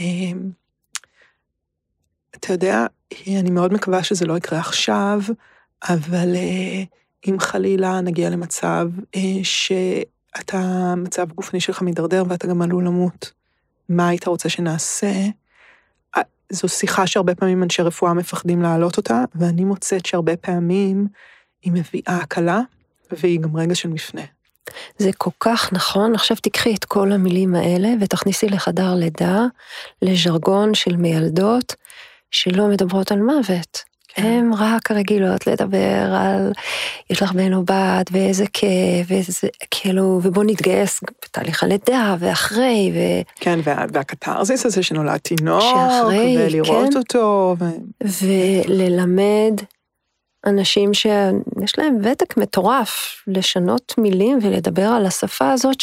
Speaker 1: אתה יודע, אני מאוד מקווה שזה לא יקרה עכשיו, אבל... אם חלילה נגיע למצב שאתה, מצב גופני שלך מדרדר ואתה גם עלול למות, מה היית רוצה שנעשה? זו שיחה שהרבה פעמים אנשי רפואה מפחדים להעלות אותה, ואני מוצאת שהרבה פעמים היא מביאה הקלה, והיא גם רגע של מפנה.
Speaker 2: זה כל כך נכון, עכשיו תקחי את כל המילים האלה, ותכניסי לחדר לידה, לז'רגון של מיילדות, שלא מדברות על מוות. הם רק רגילות לדבר על יש לך בן או בת, ואיזה כיף, ואיזה, כאילו, ובוא נתגייס בתהליך הלידה, ואחרי,
Speaker 1: כן, והקטרזיס הזה שנולד תינוק,
Speaker 2: שאחרי,
Speaker 1: ולראות
Speaker 2: כן.
Speaker 1: אותו.
Speaker 2: וללמד אנשים שיש להם ותק מטורף, לשנות מילים ולדבר על השפה הזאת,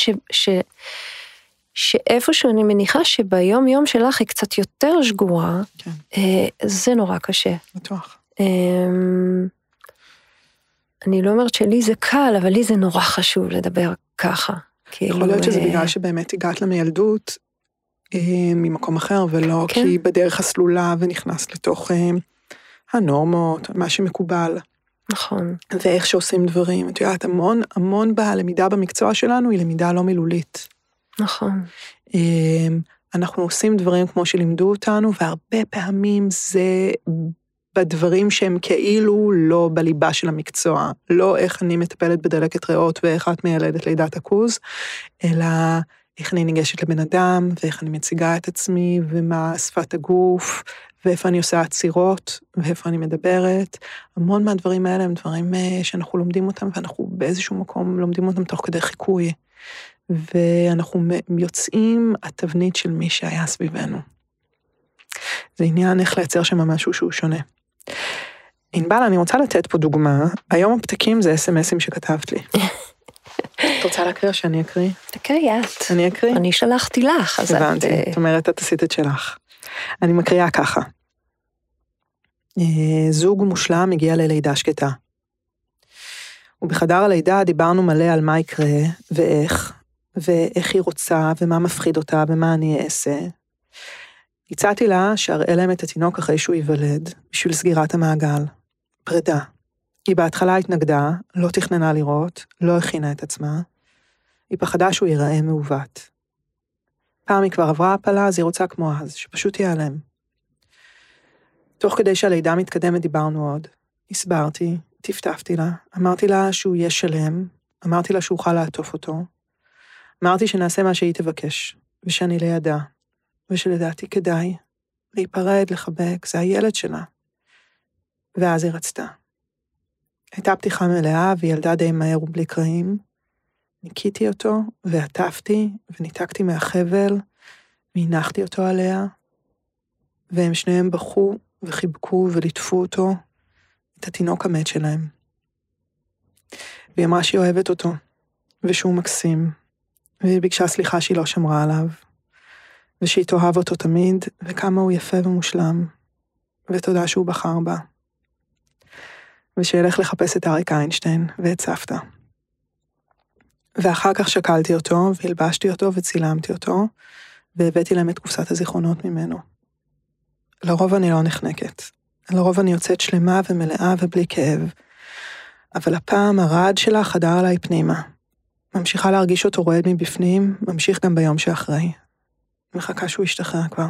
Speaker 2: שאיפשהו אני מניחה שביום יום שלך היא קצת יותר שגורה,
Speaker 1: כן.
Speaker 2: זה נורא קשה.
Speaker 1: בטוח.
Speaker 2: אני לא אומרת שלי זה קל, אבל לי זה נורא חשוב לדבר ככה.
Speaker 1: יכול להיות שזה בגלל שבאמת הגעת למילדות ממקום אחר, ולא
Speaker 2: כן.
Speaker 1: כי בדרך הסלולה ונכנס לתוך הנורמות, מה שמקובל.
Speaker 2: נכון.
Speaker 1: ואיך שעושים דברים. את יודעת, המון בלמידה במקצוע שלנו היא למידה לא מילולית.
Speaker 2: נכון.
Speaker 1: אנחנו עושים דברים כמו שלימדו אותנו, והרבה פעמים זה בדברים שהם כאילו לא בליבה של המקצוע, לא איך אני מטפלת בדלקת ריאות ואיך את מיילדת לידת עכוז, אלא איך אני ניגשת לבן אדם, ואיך אני מציגה את עצמי, ומה שפת הגוף, ואיפה אני עושה עצירות, ואיפה אני מדברת. המון מהדברים האלה הם דברים שאנחנו לומדים אותם, ואנחנו באיזשהו מקום לומדים אותם תוך כדי חיקוי. ואנחנו יוצאים התבנית של מי שהיה סביבנו. זה עניין איך לייצר שם משהו שהוא שונה. ענבל, אני רוצה לתת פה דוגמה. היום הפתקים זה SMSים שכתבת לי. את רוצה להקריא או שאני אקריא?
Speaker 2: תקריא את.
Speaker 1: אני אקריא?
Speaker 2: אני שלחתי לך.
Speaker 1: הבנתי, זאת אומרת, את עשית את שלך. אני מקריאה ככה. זוג מושלם הגיע ללידה שקטה. ובחדר הלידה דיברנו מלא על מה יקרה ואיך היא רוצה ומה מפחיד אותה ומה אני אעשה. הצעתי לה שאראה להם את התינוק אחרי שהוא ייוולד, בשביל סגירת המעגל. פרידה. היא בהתחלה התנגדה, לא תכננה לראות, לא הכינה את עצמה. היא פחדה שהוא ייראה מעוות. פעם היא כבר עברה הפלה, אז היא רוצה כמו אז, שפשוט ייעלם. תוך כדי שהלידה מתקדמת דיברנו עוד. הסברתי, טפטפתי לה, אמרתי לה שהוא יהיה שלם, אמרתי לה שהוא אוכל לעטוף אותו, אמרתי שנעשה מה שהיא תבקש, ושאני לידה, ושלדעתי כדאי להיפרד, לחבק, זה הילד שלה. ואז היא רצתה. הייתה פתיחה מלאה, והיא ילדה די מהר ובלי קרעים. ניקיתי אותו, ועטפתי, וניתקתי מהחבל, והנחתי אותו עליה, והם שניהם בכו, וחיבקו, וליטפו אותו, את התינוק המת שלהם. והיא אמרה שהיא אוהבת אותו, ושהוא מקסים, והיא ביקשה סליחה שהיא לא שמרה עליו, ושהיא תאהב אותו תמיד, וכמה הוא יפה ומושלם, ותודה שהוא בחר בה. ושילך לחפש את אריק איינשטיין ואת סבתא. ואחר כך שקלתי אותו, והלבשתי אותו וצילמתי אותו, והבאתי להם את קופסת הזיכרונות ממנו. לרוב אני לא נחנקת. לרוב אני יוצאת שלמה ומלאה ובלי כאב. אבל הפעם הרעד שלה חדר עליי פנימה. ממשיכה להרגיש אותו רועד מבפנים, ממשיך גם ביום שאחרי. מחכה שהוא ישתחרר כבר.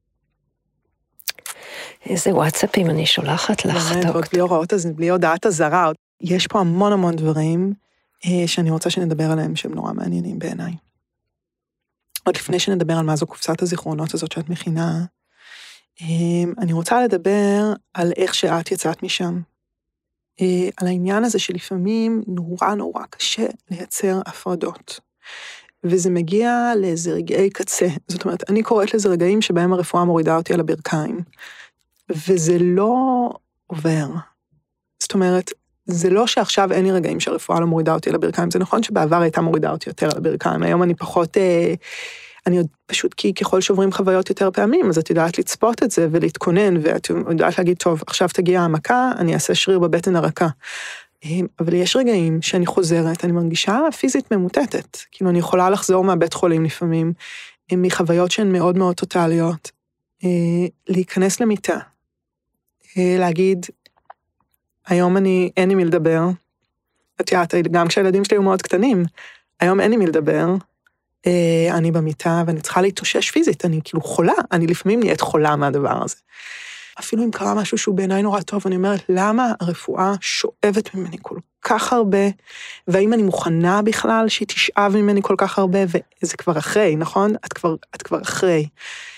Speaker 2: איזה וואטסאפים אני שולחת לך,
Speaker 1: באמת, עוד בלי הוראות, בלי הודעת הזרה. יש פה המון דברים שאני רוצה שנדבר עליהם, שהם נורא מעניינים בעיניי. עוד לפני שנדבר על מה זו קופסת הזיכרונות הזאת שאת מכינה, אני רוצה לדבר על איך שאת יצאת משם. על העניין הזה שלפעמים נורא קשה לייצר הפרדות. וזה מגיע לאיזה רגעי קצה. זאת אומרת, אני קוראת לזה רגעים שבהם הרפואה מורידה אותי על הברכיים. וזה לא עובר. זאת אומרת, זה לא שעכשיו אין לי רגעים שהרפואה לא מורידה אותי על הברכיים. זה נכון שבעבר הייתה מורידה אותי יותר על הברכיים. היום אני פחות, אני עוד פשוט כי ככל שעוברים חוויות יותר פעמים, אז את יודעת לצפות את זה ולהתכונן, ואת יודעת להגיד, טוב, עכשיו תגיע המכה, אני אעשה שריר בבטן הרכה. אבל יש רגעים שאני חוזרת, אני מרגישה פיזית ממוטטת. כאילו אני יכולה לחזור מהבית חולים לפעמים, מחוויות שהן מאוד טוטליות, להיכנס למיטה, להגיד, היום אין לי מי לדבר, את יודעת, גם כשהילדים שלי היו מאוד קטנים, היום אין לי מי לדבר, אני במיטה ואני צריכה להתאושש פיזית, אני כאילו חולה, אני לפעמים נהיית חולה מהדבר הזה. אפילו אם קרה משהו שהוא בעיניי נורא טוב, אני אומרת, למה הרפואה שואבת ממני כל כך הרבה, והאם אני מוכנה בכלל שהיא תשאב ממני כל כך הרבה, וזה כבר אחרי, נכון? את כבר אחרי.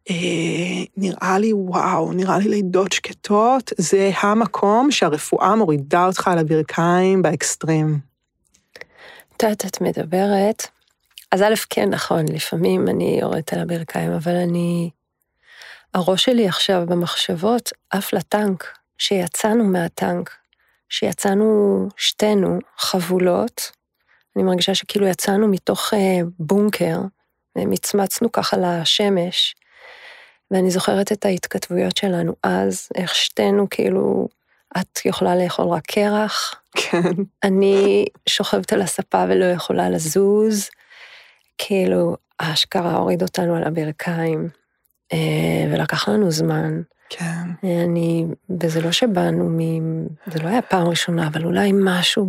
Speaker 1: נראה לי, וואו, נראה לי לידות שקטות, זה המקום שהרפואה מורידה אותך על הברכיים באקסטרים.
Speaker 2: את מדברת, אז א' כן נכון, לפעמים אני יורדת על הברכיים, אבל הראש שלי עכשיו במחשבות עף לטנק, שיצאנו מהטנק, שיצאנו שתינו חבולות, אני מרגישה שכאילו יצאנו מתוך בונקר, ומצמצנו ככה לשמש, ואני זוכרת את ההתכתבויות שלנו אז, איך שתינו כאילו, את יכולה לאכול רק קרח,
Speaker 1: כן.
Speaker 2: אני שוכבת על הספה ולא יכולה לזוז, כאילו, האשכרה הוריד אותנו על הברכיים, ולקח לנו זמן.
Speaker 1: כן.
Speaker 2: וזה לא שבאנו, זה לא היה פעם ראשונה, אבל אולי משהו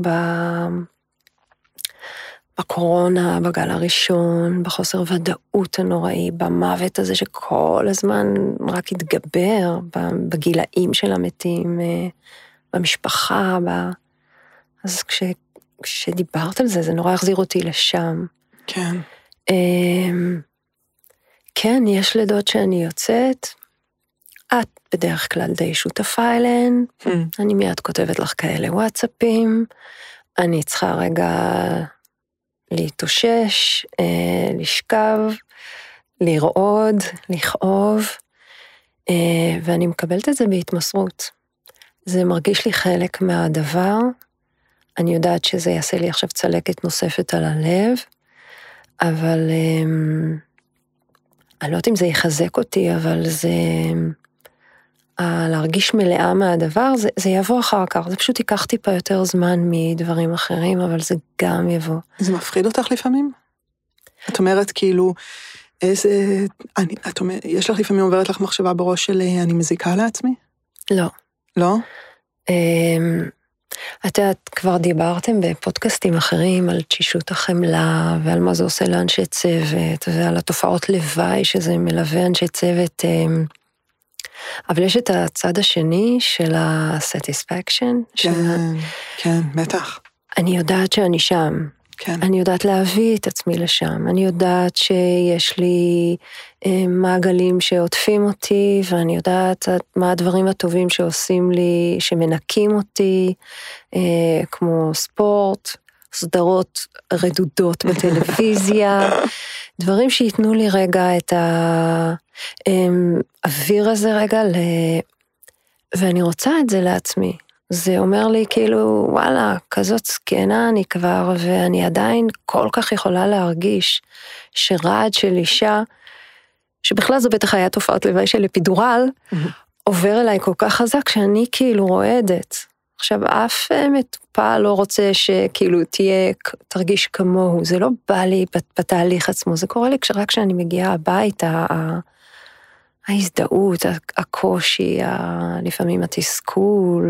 Speaker 2: בקורונה, בגל הראשון, בחוסר ודאות הנוראי, במוות הזה שכל הזמן רק התגבר, בגילאים של המתים, במשפחה, אז כשדיברת על זה, זה נורא החזיר אותי לשם.
Speaker 1: כן.
Speaker 2: כן, יש לידות שאני יוצאת, את בדרך כלל די שותפה אליהן, אני מיד כותבת לך כאלה וואטסאפים, אני צריכה רגע להתאושש, לשכב, לרעוד, לכאוב, ואני מקבלת את זה בהתמסרות. זה מרגיש לי חלק מהדבר, אני יודעת שזה יעשה לי עכשיו צלקת נוספת על הלב, אבל אני לא יודעת אם זה יחזק אותי, אבל זה להרגיש מלאה מהדבר, זה יבוא אחר כך, זה פשוט ייקח טיפה יותר זמן מדברים אחרים, אבל זה גם יבוא.
Speaker 1: זה מפחיד אותך לפעמים? את אומרת כאילו, יש לך לפעמים עוברת לך מחשבה בראש של אני מזיקה לעצמי?
Speaker 2: לא.
Speaker 1: לא?
Speaker 2: את יודעת, כבר דיברתם בפודקאסטים אחרים על תשישות החמלה, ועל מה זה עושה לאנשי צוות, ועל התופעות לוואי שזה מלווה אנשי צוות, אבל יש את הצד השני של ה-satisfaction.
Speaker 1: כן, בטח.
Speaker 2: אני יודעת שאני שם.
Speaker 1: כן.
Speaker 2: אני יודעת להביא את עצמי לשם. אני יודעת שיש לי מעגלים שעוטפים אותי, ואני יודעת מה הדברים הטובים שעושים לי, שמנקים אותי, כמו ספורט, סדרות רדודות בטלוויזיה, דברים שיתנו לי רגע את האוויר הזה רגע, ואני רוצה את זה לעצמי. זה אומר לי כאילו, וואלה, כזאת סקנה אני כבר, ואני עדיין כל כך יכולה להרגיש שרעד של אישה, שבכלל זו בטח היה תופעת לוואי של אפידורל, עובר אליי כל כך חזק שאני כאילו רועדת. עכשיו, אף מטופל לא רוצה שכאילו תרגיש כמוהו, זה לא בא לי בתהליך עצמו, זה קורה לי רק כשאני מגיעה הביתה, ההזדהות, הקושי, לפעמים התסכול,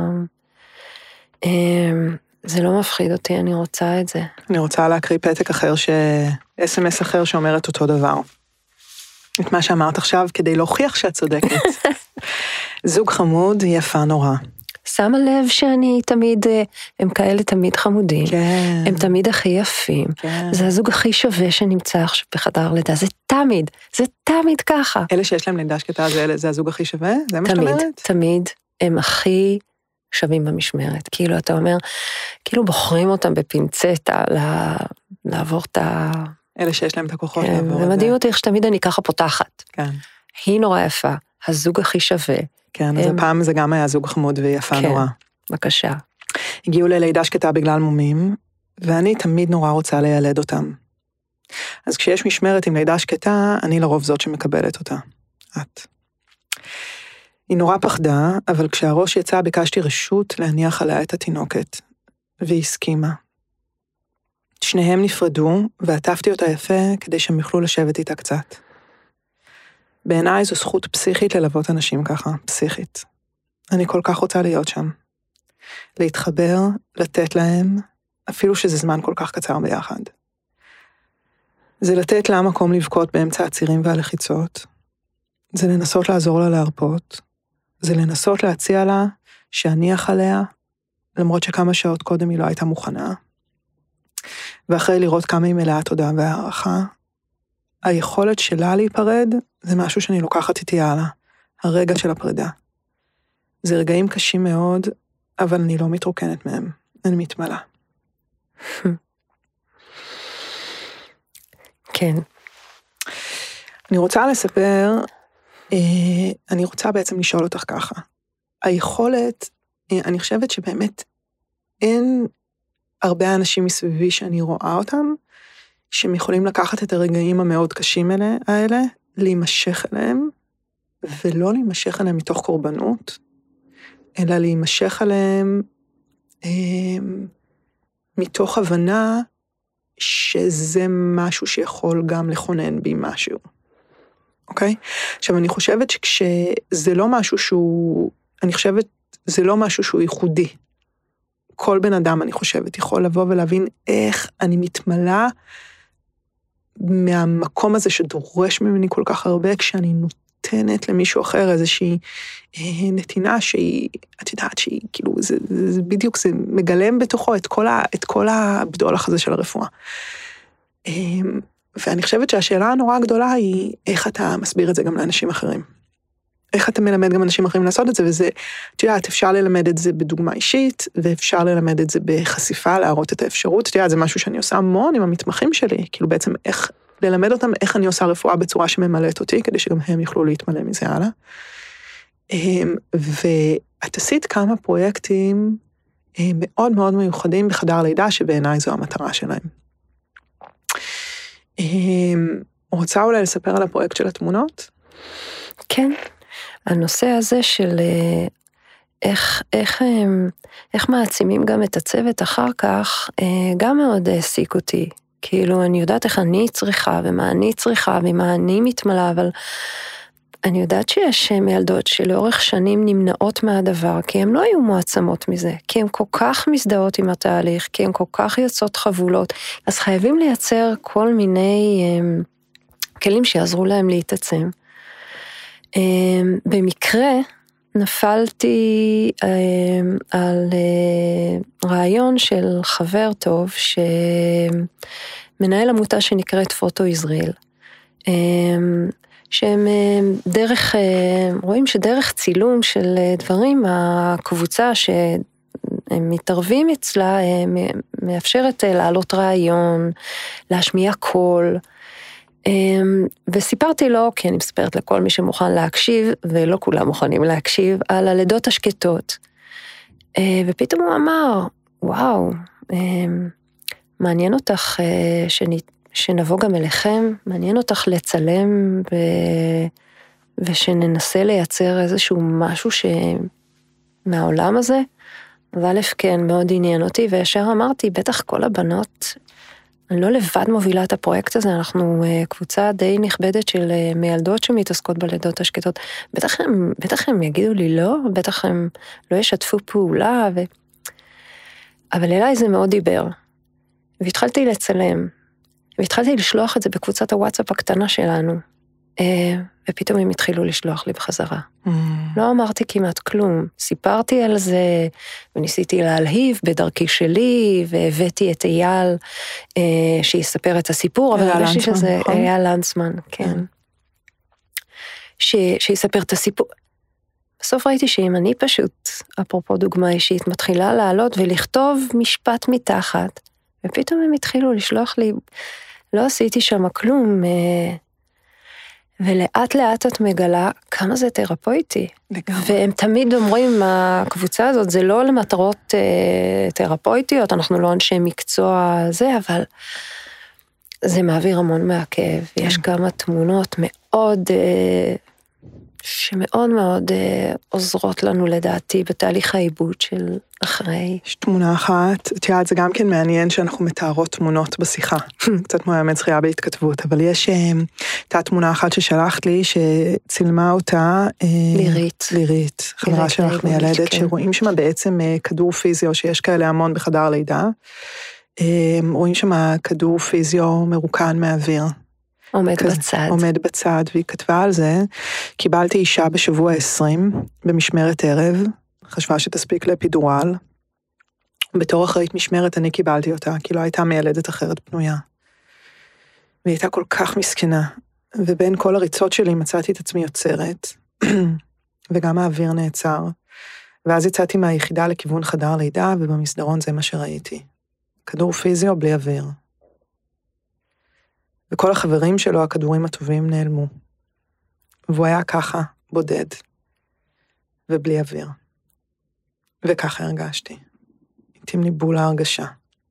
Speaker 2: זה לא מפחיד אותי, אני רוצה את זה.
Speaker 1: אני רוצה להקריא פתק אחר, SMS אחר שאומר את אותו דבר. את מה שאמרת עכשיו, כדי להוכיח שאת צודקת. זוג חמוד, יפה נורא.
Speaker 2: שמה לב שאני תמיד, הם כאלה תמיד חמודים.
Speaker 1: כן.
Speaker 2: הם תמיד הכי יפים.
Speaker 1: כן.
Speaker 2: זה הזוג הכי שווה שנמצא עכשיו בחדר לידה. זה תמיד ככה.
Speaker 1: אלה שיש להם לידה שקטה, זה הזוג הכי שווה? זה מה שאת אומרת?
Speaker 2: תמיד. הם הכי שווים במשמרת. כאילו, אתה אומר, כאילו בוחרים אותם בפינצטה לעבור את ה...
Speaker 1: אלה שיש להם את הכוחות
Speaker 2: כן,
Speaker 1: לעבור את זה.
Speaker 2: ומדהים אותי איך שתמיד אני ככה פותחת.
Speaker 1: כן.
Speaker 2: היא נורא יפה, הזוג הכי שווה.
Speaker 1: כן, אז הפעם זה גם היה זוג חמוד ויפה נורא.
Speaker 2: כן, בבקשה.
Speaker 1: הגיעו ללידה שקטה בגלל מומים, ואני תמיד נורא רוצה לילד אותם. אז כשיש משמרת עם לידה שקטה, אני לרוב זאת שמקבלת אותה. את. היא נורא פחדה, אבל כשהראש יצא ביקשתי רשות להניח עליה את התינוקת, והיא הסכימה. שניהם נפרדו, ועטפתי אותה יפה כדי שהם יוכלו לשבת איתה קצת. בעיניי זו זכות פסיכית ללוות אנשים ככה, פסיכית. אני כל כך רוצה להיות שם. להתחבר, לתת להם, אפילו שזה זמן כל כך קצר ביחד. זה לתת לה מקום לבכות באמצע הצירים והלחיצות. זה לנסות לעזור לה להרפות. זה לנסות להציע לה שאניח עליה, למרות שכמה שעות קודם היא לא הייתה מוכנה. ואחרי לראות כמה היא מלאה תודה והערכה, היכולת שלה להיפרד, זה משהו שאני לוקחת איתי הלאה. הרגע של הפרידה. זה רגעים קשים מאוד, אבל אני לא מתרוקנת מהם. אני מתמלאה.
Speaker 2: כן.
Speaker 1: אני רוצה לספר, אני רוצה בעצם לשאול אותך ככה. היכולת, אני חושבת שבאמת אין הרבה אנשים מסביבי שאני רואה אותם, שהם יכולים לקחת את הרגעים המאוד קשים האלה, להימשך אליהם, ולא להימשך אליהם מתוך קורבנות, אלא להימשך אליהם מתוך הבנה שזה משהו שיכול גם לכונן בי משהו. אוקיי? עכשיו, אני חושבת שכשזה לא משהו שהוא, אני חושבת, זה לא משהו שהוא ייחודי. כל בן אדם, אני חושבת, יכול לבוא ולהבין איך אני מתמלאה מהמקום הזה שדורש ממני כל כך הרבה, כשאני נותנת למישהו אחר איזושהי נתינה שהיא, את יודעת שהיא, כאילו, זה בדיוק, זה מגלם בתוכו את כל הבדולח הזה של הרפואה. ואני חושבת שהשאלה הנורא הגדולה היא, איך אתה מסביר את זה גם לאנשים אחרים? איך אתה מלמד גם אנשים אחרים לעשות את זה? וזה, את יודעת, אפשר ללמד את זה בדוגמה אישית, ואפשר ללמד את זה בחשיפה, להראות את האפשרות. את יודעת, זה משהו שאני עושה המון עם המתמחים שלי, כאילו בעצם איך ללמד אותם, איך אני עושה רפואה בצורה שממלאת אותי, כדי שגם הם יוכלו להתמלא מזה הלאה. ואת עשית כמה פרויקטים מאוד מאוד מיוחדים בחדר לידה, שבעיניי זו המטרה שלהם. רוצה אולי לספר על הפרויקט של התמונות?
Speaker 2: כן. הנושא הזה של איך מעצימים גם את הצוות אחר כך, גם מאוד העסיק אותי. כאילו, אני יודעת איך אני צריכה, ומה אני צריכה, ומה אני מתמלאה, אבל אני יודעת שיש מילדות שלאורך שנים נמנעות מהדבר, כי הן לא היו מועצמות מזה, כי הן כל כך מזדהות עם התהליך, כי הן כל כך יוצאות חבולות, אז חייבים לייצר כל מיני כלים שיעזרו להם להתעצם. במקרה נפלתי על רעיון של חבר טוב שמנהל עמותה שנקראת פוטו ישראל, שהם דרך, רואים שדרך צילום של דברים, הקבוצה שהם מתערבים אצלה מאפשרת לעלות רעיון, להשמיע קול, וסיפרתי לו, כי אני מספרת לכל מי שמוכן להקשיב, ולא כולם מוכנים להקשיב, על הלידות השקטות. ופתאום הוא אמר, וואו, מעניין אותך שנבוא גם אליכם, מעניין אותך לצלם, ושננסה לייצר איזשהו משהו מהעולם הזה. אז א' כן, מאוד עניין אותי, וישר אמרתי, בטח כל הבנות, אני לא לבד מובילה את הפרויקט הזה, אנחנו קבוצה די נכבדת של מילדות שמתעסקות בלידות השקטות. בטח הם יגידו לי לא, בטח הם לא ישתפו פעולה, אבל אליי זה מאוד דיבר. והתחלתי לצלם, והתחלתי לשלוח את זה בקבוצת הוואטסאפ הקטנה שלנו, ופתאום הם התחילו לשלוח לי בחזרה. לא אמרתי כמעט כלום, סיפרתי על זה, וניסיתי להלהיב בדרכי שלי, והבאתי את אייל, שיספר את הסיפור, אבל הרגשתי שזה אייל לנצמן, כן. שיספר את הסיפור. בסוף ראיתי שאם אני פשוט, אפרופו דוגמה אישית, מתחילה לעלות ולכתוב משפט מתחת, ופתאום הם התחילו לשלוח לי, לא עשיתי שם כלום, ולאט לאט את מגלה כמה זה תרפויטי. לגמרי. והם תמיד אומרים, הקבוצה הזאת זה לא למטרות תרפויטיות, אנחנו לא אנשי מקצוע זה, אבל זה מעביר המון מהכאב. יש כמה תמונות מאוד, שמאוד מאוד עוזרות לנו לדעתי, בתהליך העיבוד של אחרי.
Speaker 1: יש תמונה אחת, את יודעת, זה גם כן מעניין שאנחנו מתארות תמונות בשיחה, קצת כמו האמת זכייה בהתכתבות, אבל יש את תמונה אחת ששלחת לי, שצילמה אותה לירית, חברה שלך מיילדת, שרואים שמה בעצם כדור פיזיו, שיש כאלה המון בחדר לידה, רואים שמה כדור פיזיו מרוקן מהאוויר. עומד בצד, והיא כתבה על זה, קיבלתי אישה בשבוע 20, במשמרת ערב, חשבה שתספיק לאפידורל, בתור אחרית משמרת אני קיבלתי אותה, כי לא הייתה מיילדת אחרת פנויה. והיא הייתה כל כך מסכנה, ובין כל הריצות שלי מצאתי את עצמי יוצרת, וגם האוויר נעצר, ואז יצאתי מהיחידה לכיוון חדר לידה, ובמסדרון זה מה שראיתי. כדור פיזי או בלי אוויר. וכל החברים שלו, הכדורים הטובים, נעלמו. והוא היה ככה, בודד, ובלי אוויר. וככה הרגשתי. התאים לי בול ההרגשה.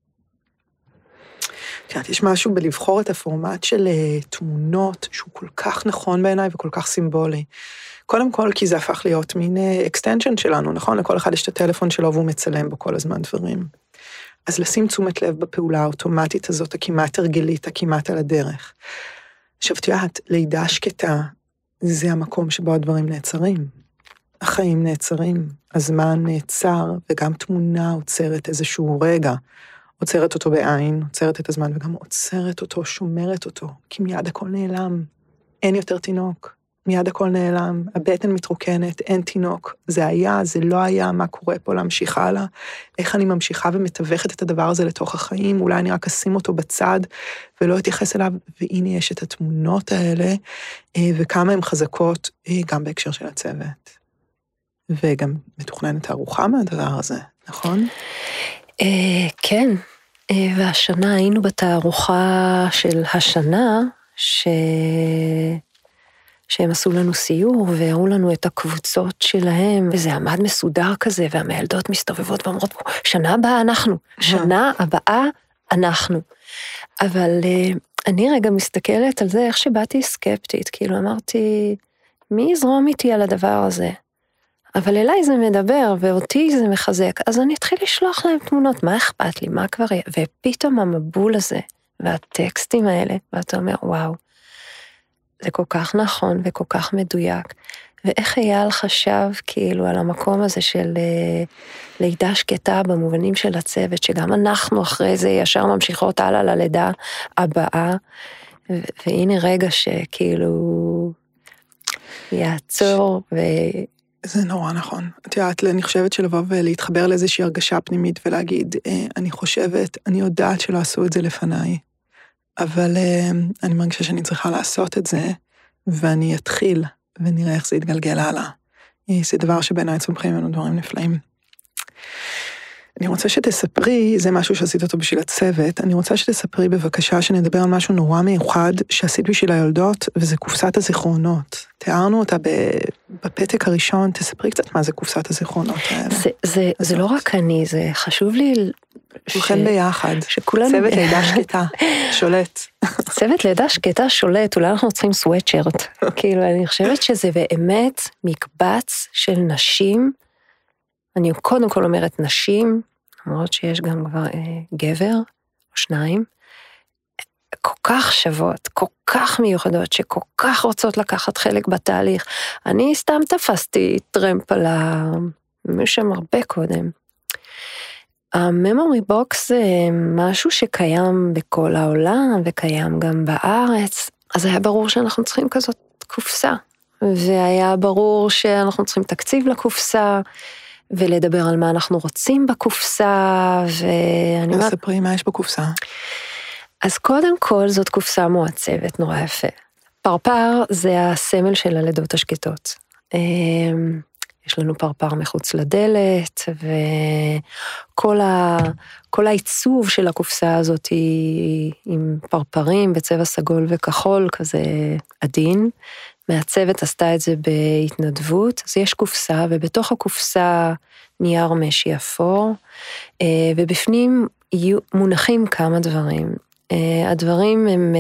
Speaker 1: יש משהו בלבחור את הפורמט של תמונות, שהוא כל כך נכון בעיניי וכל כך סימבולי. קודם כל, כי זה הפך להיות מין אקסטנשן שלנו, נכון? לכל אחד יש את הטלפון שלו והוא מצלם בו כל הזמן דברים. אז לשים תשומת לב בפעולה האוטומטית הזאת, הכמעט הרגלית, הכמעט על הדרך. עכשיו, תיאת, לידה שקטה, זה המקום שבו הדברים נעצרים. החיים נעצרים, הזמן נעצר, וגם תמונה עוצרת איזשהו רגע. עוצרת אותו בעין, עוצרת את הזמן, וגם עוצרת אותו, שומרת אותו, כי מיד הכל נעלם. אין יותר תינוק, מיד הכל נעלם, הבטן מתרוקנת, אין תינוק. זה היה, זה לא היה, מה קורה פה, להמשיך הלאה, איך אני ממשיכה ומתווכת את הדבר הזה לתוך החיים, אולי אני רק אשים אותו בצד, ולא אתייחס אליו, והנה יש את התמונות האלה, וכמה הן חזקות, גם בהקשר של הצוות. וגם מתוכננת הארוחה מהדבר הזה, נכון?
Speaker 2: כן, והשנה היינו בתערוכה של השנה, שהם עשו לנו סיור, והראו לנו את הקבוצות שלהם, וזה עמד מסודר כזה, והמילדות מסתובבות ואומרות, שנה הבאה אנחנו, שנה הבאה אנחנו. אבל אני רגע מסתכלת על זה, איך שבאתי סקפטית, כאילו אמרתי, מי יזרום איתי על הדבר הזה? אבל אליי זה מדבר, ואותי זה מחזק, אז אני אתחיל לשלוח להם תמונות, מה אכפת לי, מה כבר יהיה, ופתאום המבול הזה, והטקסטים האלה, ואתה אומר, וואו, זה כל כך נכון וכל כך מדויק, ואיך אייל חשב כאילו על המקום הזה של לידה שקטה במובנים של הצוות, שגם אנחנו אחרי זה ישר ממשיכות הלאה ללידה הבאה, והנה רגע שכאילו יעצור
Speaker 1: זה נורא נכון. את יודעת, אני חושבת שלבוא ולהתחבר לאיזושהי הרגשה פנימית ולהגיד, אני חושבת, אני יודעת שלא עשו את זה לפניי, אבל אני מרגישה שאני צריכה לעשות את זה, ואני אתחיל, ונראה איך זה יתגלגל הלאה. זה דבר שבעיניי צומחים ממנו דברים נפלאים. אני רוצה שתספרי, זה משהו שעשית אותו בשביל הצוות, אני רוצה שתספרי בבקשה שנדבר על משהו נורא מיוחד שעשית בשביל היולדות, וזה קופסת הזיכרונות. תיארנו אותה בפתק הראשון, תספרי קצת מה זה קופסת הזיכרונות האלה.
Speaker 2: זה לא רק אני, זה חשוב לי
Speaker 1: כולכם ביחד, צוות לידה שקטה, שולט.
Speaker 2: צוות לידה שקטה שולט, אולי אנחנו צריכים סוואטשרט. כאילו, אני חושבת שזה באמת מקבץ של נשים, אני קודם כל אומרת נשים, למרות שיש גם כבר גבר או שניים, כל כך שוות, כל כך מיוחדות, שכל כך רוצות לקחת חלק בתהליך. אני סתם תפסתי טרמפ על משם הרבה קודם. הממורי בוקס זה משהו שקיים בכל העולם, וקיים גם בארץ, אז היה ברור שאנחנו צריכים כזאת קופסה, והיה ברור שאנחנו צריכים תקציב לקופסה, ולדבר על מה אנחנו רוצים בקופסה,
Speaker 1: ספרי מה יש בקופסה.
Speaker 2: אז קודם כל זאת קופסה מועצבת, נורא יפה. פרפר זה הסמל של הלידות השקטות. יש לנו פרפר מחוץ לדלת, וכל העיצוב של הקופסה הזאת היא עם פרפרים בצבע סגול וכחול, כזה עדין. מעצבת עשתה את זה בהתנדבות, אז יש קופסה, ובתוך הקופסה נייר משי אפור, ובפנים מונחים כמה דברים. הדברים הם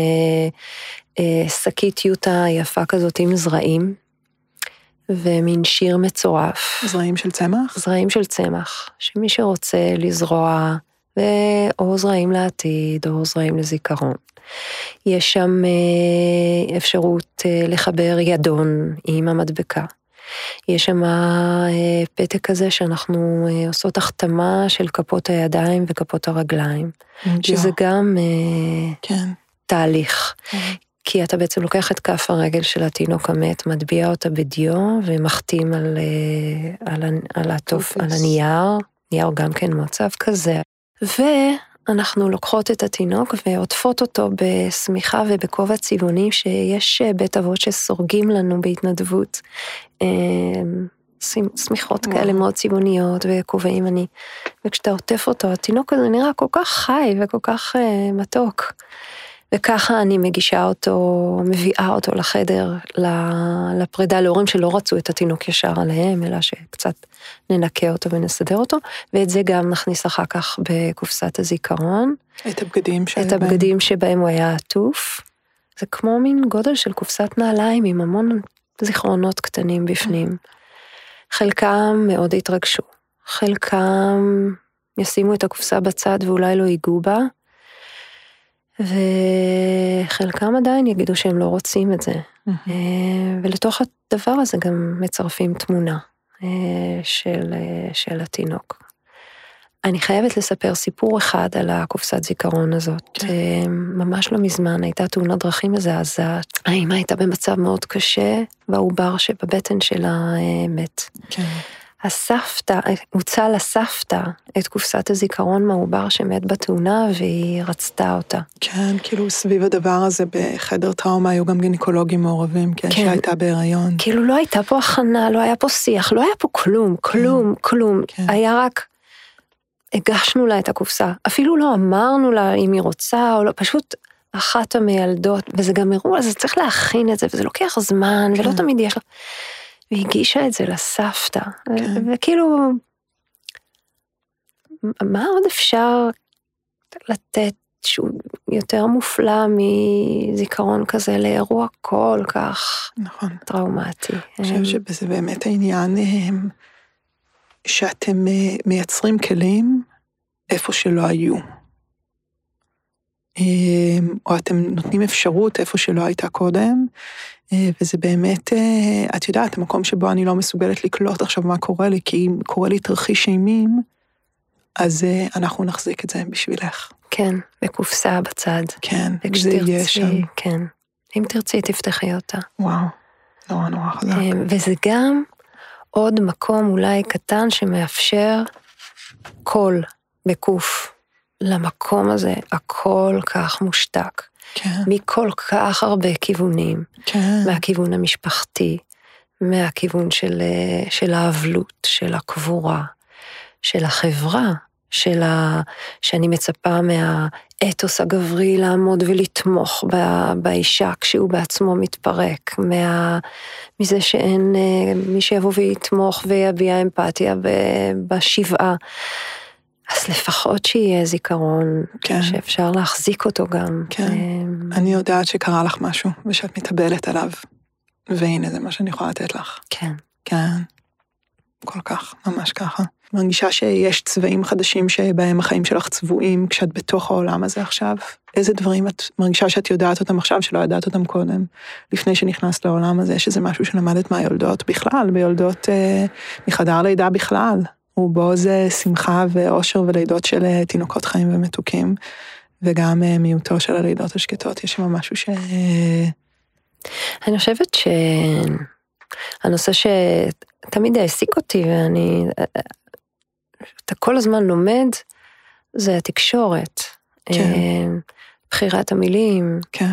Speaker 2: שקית יוטה יפה כזאת עם זרעים, ומין שיר מצורף.
Speaker 1: זרעים של צמח?
Speaker 2: זרעים של צמח, שמי שרוצה לזרוע, או זרעים לעתיד, או זרעים לזיכרון. יש שם אפשרות לחבר ידון עם המדבקה. יש שם פתק כזה שאנחנו עושות החתמה של כפות הידיים וכפות הרגליים, שזה גם תהליך. כי אתה בעצם לוקח את כף הרגל של התינוק המת, מטביע אותה בדיו, ומחתים על הנייר, נייר גם כן מצב כזה. אנחנו לוקחות את התינוק ועוטפות אותו בשמיכה ובכובע צבעוני, שיש בית אבות שסורגים לנו בהתנדבות, שמיכות כאלה מאוד צבעוניות וכובעים אני, וכשאתה עוטף אותו, התינוק הזה נראה כל כך חי וכל כך מתוק. וככה אני מגישה אותו, מביאה אותו לחדר, לפרידה להורים שלא רצו את התינוק ישר עליהם, אלא שקצת ננקה אותו ונסדר אותו, ואת זה גם נכניס אחר כך בקופסת הזיכרון.
Speaker 1: את הבגדים שבהם.
Speaker 2: את הבגדים שבהם הוא היה עטוף. זה כמו מין גודל של קופסת נעליים עם המון זיכרונות קטנים בפנים. חלקם מאוד התרגשו, חלקם ישימו את הקופסה בצד ואולי לא ייגעו בה, וחלקם עדיין יגידו שהם לא רוצים את זה. ולתוך הדבר הזה גם מצרפים תמונה של התינוק. אני חייבת לספר סיפור אחד על הקופסת זיכרון הזאת. ממש לא מזמן הייתה תאונת דרכים מזעזעת. האמא הייתה במצב מאוד קשה, והעובר שבבטן שלה מת. הסבתא, הוצא לסבתא את קופסת הזיכרון מהעובר שמת בתאונה, והיא רצתה אותה.
Speaker 1: כן, כאילו סביב הדבר הזה בחדר טראומה היו גם גינקולוגים מעורבים, כן, שהייתה בהיריון.
Speaker 2: כאילו לא הייתה פה הכנה, לא היה פה שיח, לא היה פה כלום. היה רק, הגשנו לה את הקופסה, אפילו לא אמרנו לה אם היא רוצה או לא, פשוט אחת המילדות, וזה גם אירוע, אז צריך להכין את זה, וזה לוקח זמן, ולא תמיד יש לה. והיא הגישה את זה לסבתא, וכאילו, מה עוד אפשר לתת שהוא יותר מופלא מזיכרון כזה לאירוע כל כך טראומטי.
Speaker 1: אני חושב שבזה באמת העניין שאתם מייצרים כלים איפה שלא היו. או אתם נותנים אפשרות איפה שלא הייתה קודם, וזה באמת, את יודעת, המקום שבו אני לא מסוגלת לקלוט עכשיו מה קורה לי, כי אם קורה לי תרחיש אימים, אז אנחנו נחזיק את זה בשבילך.
Speaker 2: כן, בקופסה בצד.
Speaker 1: כן, זה יהיה שם.
Speaker 2: כן, אם תרצי תפתחי אותה.
Speaker 1: וואו, נורא חזק.
Speaker 2: וזה גם עוד מקום אולי קטן שמאפשר קול בקוף. למקום הזה הכל כך מושתק. כן. מכל כך הרבה כיוונים. כן. מהכיוון המשפחתי, מהכיוון של האבלות, של הקבורה, של החברה, שאני מצפה מהאתוס הגברי לעמוד ולתמוך באישה כשהוא בעצמו מתפרק, מזה שאין מי שיבוא ויתמוך ויביע אמפתיה בשבעה. אז לפחות שיהיה זיכרון, כן. שאפשר להחזיק אותו גם.
Speaker 1: כן. אני יודעת שקרה לך משהו, ושאת מתאבלת עליו, והנה זה מה שאני יכולה לתת לך.
Speaker 2: כן.
Speaker 1: כן. כל כך, ממש ככה. מרגישה שיש צבעים חדשים שבהם החיים שלך צבועים, כשאת בתוך העולם הזה עכשיו. איזה דברים את מרגישה שאת יודעת אותם עכשיו, שלא ידעת אותם קודם, לפני שנכנסת לעולם הזה, שזה משהו שלמדת מהיולדות בכלל, ביולדות מחדר לידה בכלל. ובו זה שמחה ואושר ולידות של תינוקות חיים ומתוקים, וגם מיעוטו של הלידות השקטות, יש שם משהו
Speaker 2: אני חושבת שהנושא שתמיד העסיק אותי, אתה כל הזמן לומד, זה התקשורת. כן. בחירת המילים.
Speaker 1: כן.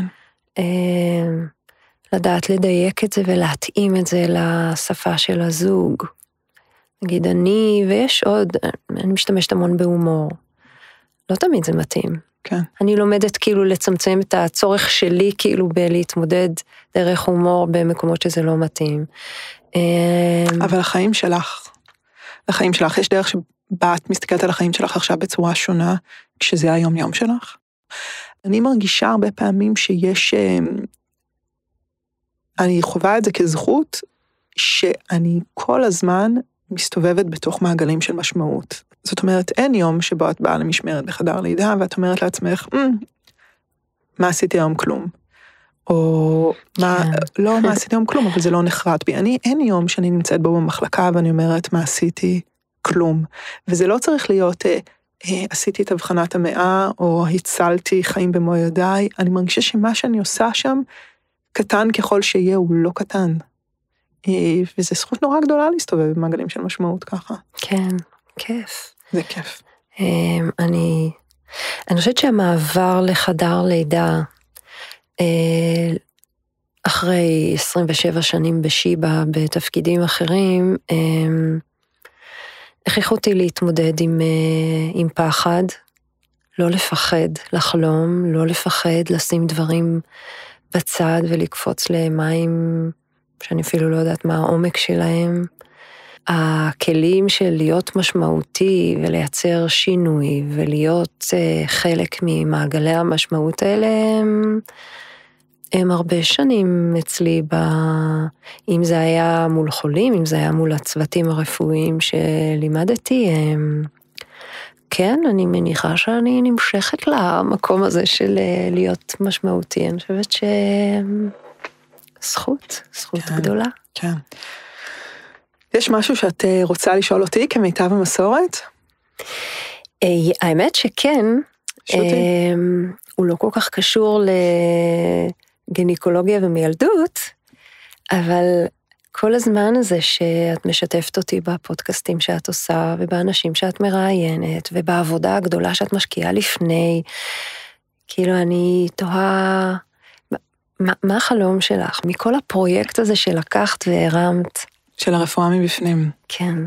Speaker 2: לדעת לדייק את זה ולהתאים את זה לשפה של הזוג. נגיד ויש עוד, אני משתמשת המון בהומור. לא תמיד זה מתאים.
Speaker 1: כן.
Speaker 2: אני לומדת כאילו לצמצם את הצורך שלי כאילו בלהתמודד דרך הומור במקומות שזה לא מתאים.
Speaker 1: אבל החיים שלך יש דרך שבה את מסתכלת על החיים שלך עכשיו בצורה שונה, כשזה היום יום שלך. אני מרגישה הרבה פעמים שיש, אני חווה את זה כזכות, שאני כל הזמן מסתובבת בתוך מעגלים של משמעות. זאת אומרת, אין יום שבו את באה למשמרת בחדר לידה, ואת אומרת לעצמך, מה עשיתי היום כלום? או לא מה עשיתי היום כלום, אבל זה לא נחרט בי. אין יום שאני נמצאת בו במחלקה, ואני אומרת, מה עשיתי כלום. וזה לא צריך להיות, עשיתי את הבחנת המאה, או הצלתי חיים במו ידיי. אני מרגישה שמה שאני עושה שם, קטן ככל שיהיה, הוא לא קטן. וזו זכות נורא גדולה להסתובב במעגלים של משמעות ככה.
Speaker 2: כן, כיף.
Speaker 1: זה כיף.
Speaker 2: אני חושבת שהמעבר לחדר לידה, אחרי 27 שנים בשיבה, בתפקידים אחרים, הכריח אותי להתמודד עם פחד, לא לפחד לחלום, לא לפחד לשים דברים בצד ולקפוץ למים שאני אפילו לא יודעת מה העומק שלהם. הכלים של להיות משמעותי ולייצר שינוי ולהיות חלק ממעגלי המשמעות האלה הם הרבה שנים אצלי, אם זה היה מול חולים, אם זה היה מול הצוותים הרפואיים שלימדתי, כן, אני מניחה שאני נמשכת למקום הזה של להיות משמעותי. אני חושבת זכות
Speaker 1: כן,
Speaker 2: גדולה.
Speaker 1: כן. יש משהו שאת רוצה לשאול אותי כמיטב המסורת?
Speaker 2: האמת שכן. הוא לא כל כך קשור לגניקולוגיה ומילדות, אבל כל הזמן הזה שאת משתפת אותי בפודקאסטים שאת עושה, ובאנשים שאת מראיינת, ובעבודה הגדולה שאת משקיעה לפני, כאילו אני תוהה, מה החלום שלך? מכל הפרויקט הזה שלקחת והרמת?
Speaker 1: של הרפואה מבפנים.
Speaker 2: כן.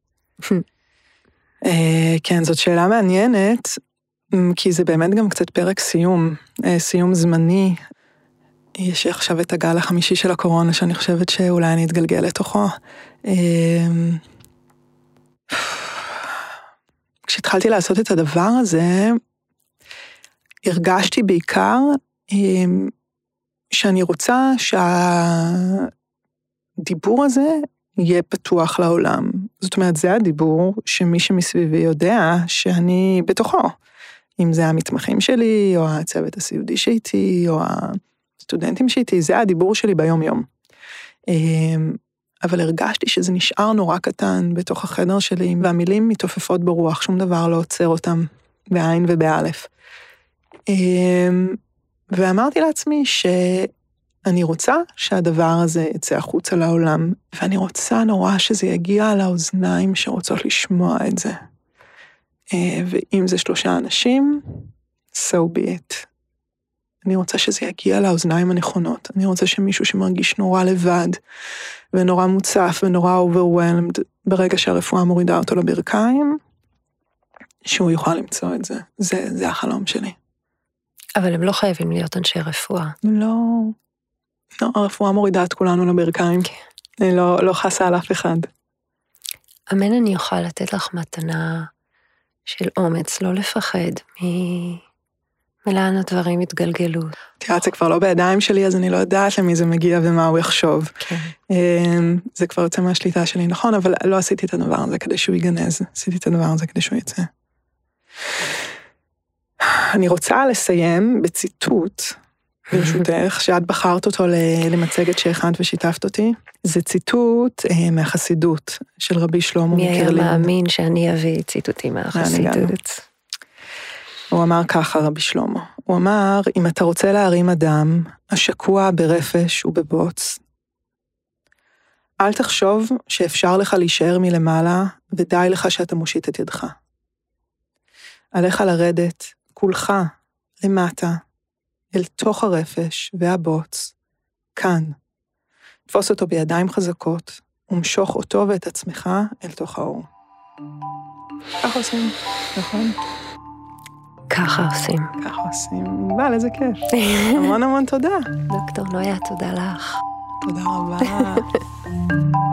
Speaker 1: כן, זאת שאלה מעניינת, כי זה באמת גם קצת פרק סיום זמני. יש עכשיו את הגל החמישי של הקורונה, שאני חושבת שאולי אני אתגלגל לתוכו. כשהתחלתי לעשות את הדבר הזה, הרגשתי בעיקר שאני רוצה שהדיבור הזה יהיה פתוח לעולם. זאת אומרת, זה הדיבור שמי שמסביבי יודע שאני בתוכו. אם זה המתמחים שלי, או הצוות הסיעודי שאיתי, או הסטודנטים שאיתי, זה הדיבור שלי ביום יום. אבל הרגשתי שזה נשאר נורא קטן בתוך החדר שלי, והמילים מתעופפות ברוח, שום דבר לא עוצר אותם בעין ובאלף. ואמרתי לעצמי שאני רוצה שהדבר הזה יצא החוצה לעולם, ואני רוצה נורא שזה יגיע לאוזניים שרוצות לשמוע את זה. ואם זה 3 אנשים, so be it. אני רוצה שזה יגיע לאוזניים הנכונות. אני רוצה שמישהו שמרגיש נורא לבד, ונורא מוצף, ונורא overwhelmed, ברגע שהרפואה מורידה אותו לברכיים, שהוא יוכל למצוא את זה. זה החלום שלי.
Speaker 2: אבל הם לא חייבים להיות אנשי רפואה.
Speaker 1: לא, הרפואה מורידה את כולנו לברכיים. אני לא חסה על אף אחד.
Speaker 2: אמן אני אוכל לתת לך מתנה של אומץ, לא לפחד מלאן הדברים התגלגלו.
Speaker 1: תראה, זה כבר לא בידיים שלי, אז אני לא יודעת למי זה מגיע ומה הוא יחשוב.
Speaker 2: כן.
Speaker 1: זה כבר יוצא מהשליטה שלי, נכון, אבל לא עשיתי את הדבר הזה כדי שהוא ייגנז, עשיתי את הדבר הזה כדי שהוא יצא. אני רוצה לסיים בציטוט, ברשותך, שאת בחרת אותו למצגת שהכנת ושיתפת אותי. זה ציטוט מהחסידות של רבי שלמה מקרלין.
Speaker 2: מי היה מאמין שאני אביא ציטוטים מהחסידות?
Speaker 1: הוא אמר ככה, רבי שלמה. הוא אמר, אם אתה רוצה להרים אדם, השקוע ברפש ובבוץ, אל תחשוב שאפשר לך להישאר מלמעלה, ודי לך שאתה מושיט את ידך. עליך לרדת, כולך, למטה, אל תוך הרפש והבוץ, כאן. תפוס אותו בידיים חזקות, ומשוך אותו ואת עצמך אל תוך האור. ככה עושים, נכון?
Speaker 2: ככה עושים.
Speaker 1: ככה עושים. בעל, איזה כיף. המון המון תודה.
Speaker 2: דוקטור נויה, תודה לך.
Speaker 1: תודה רבה.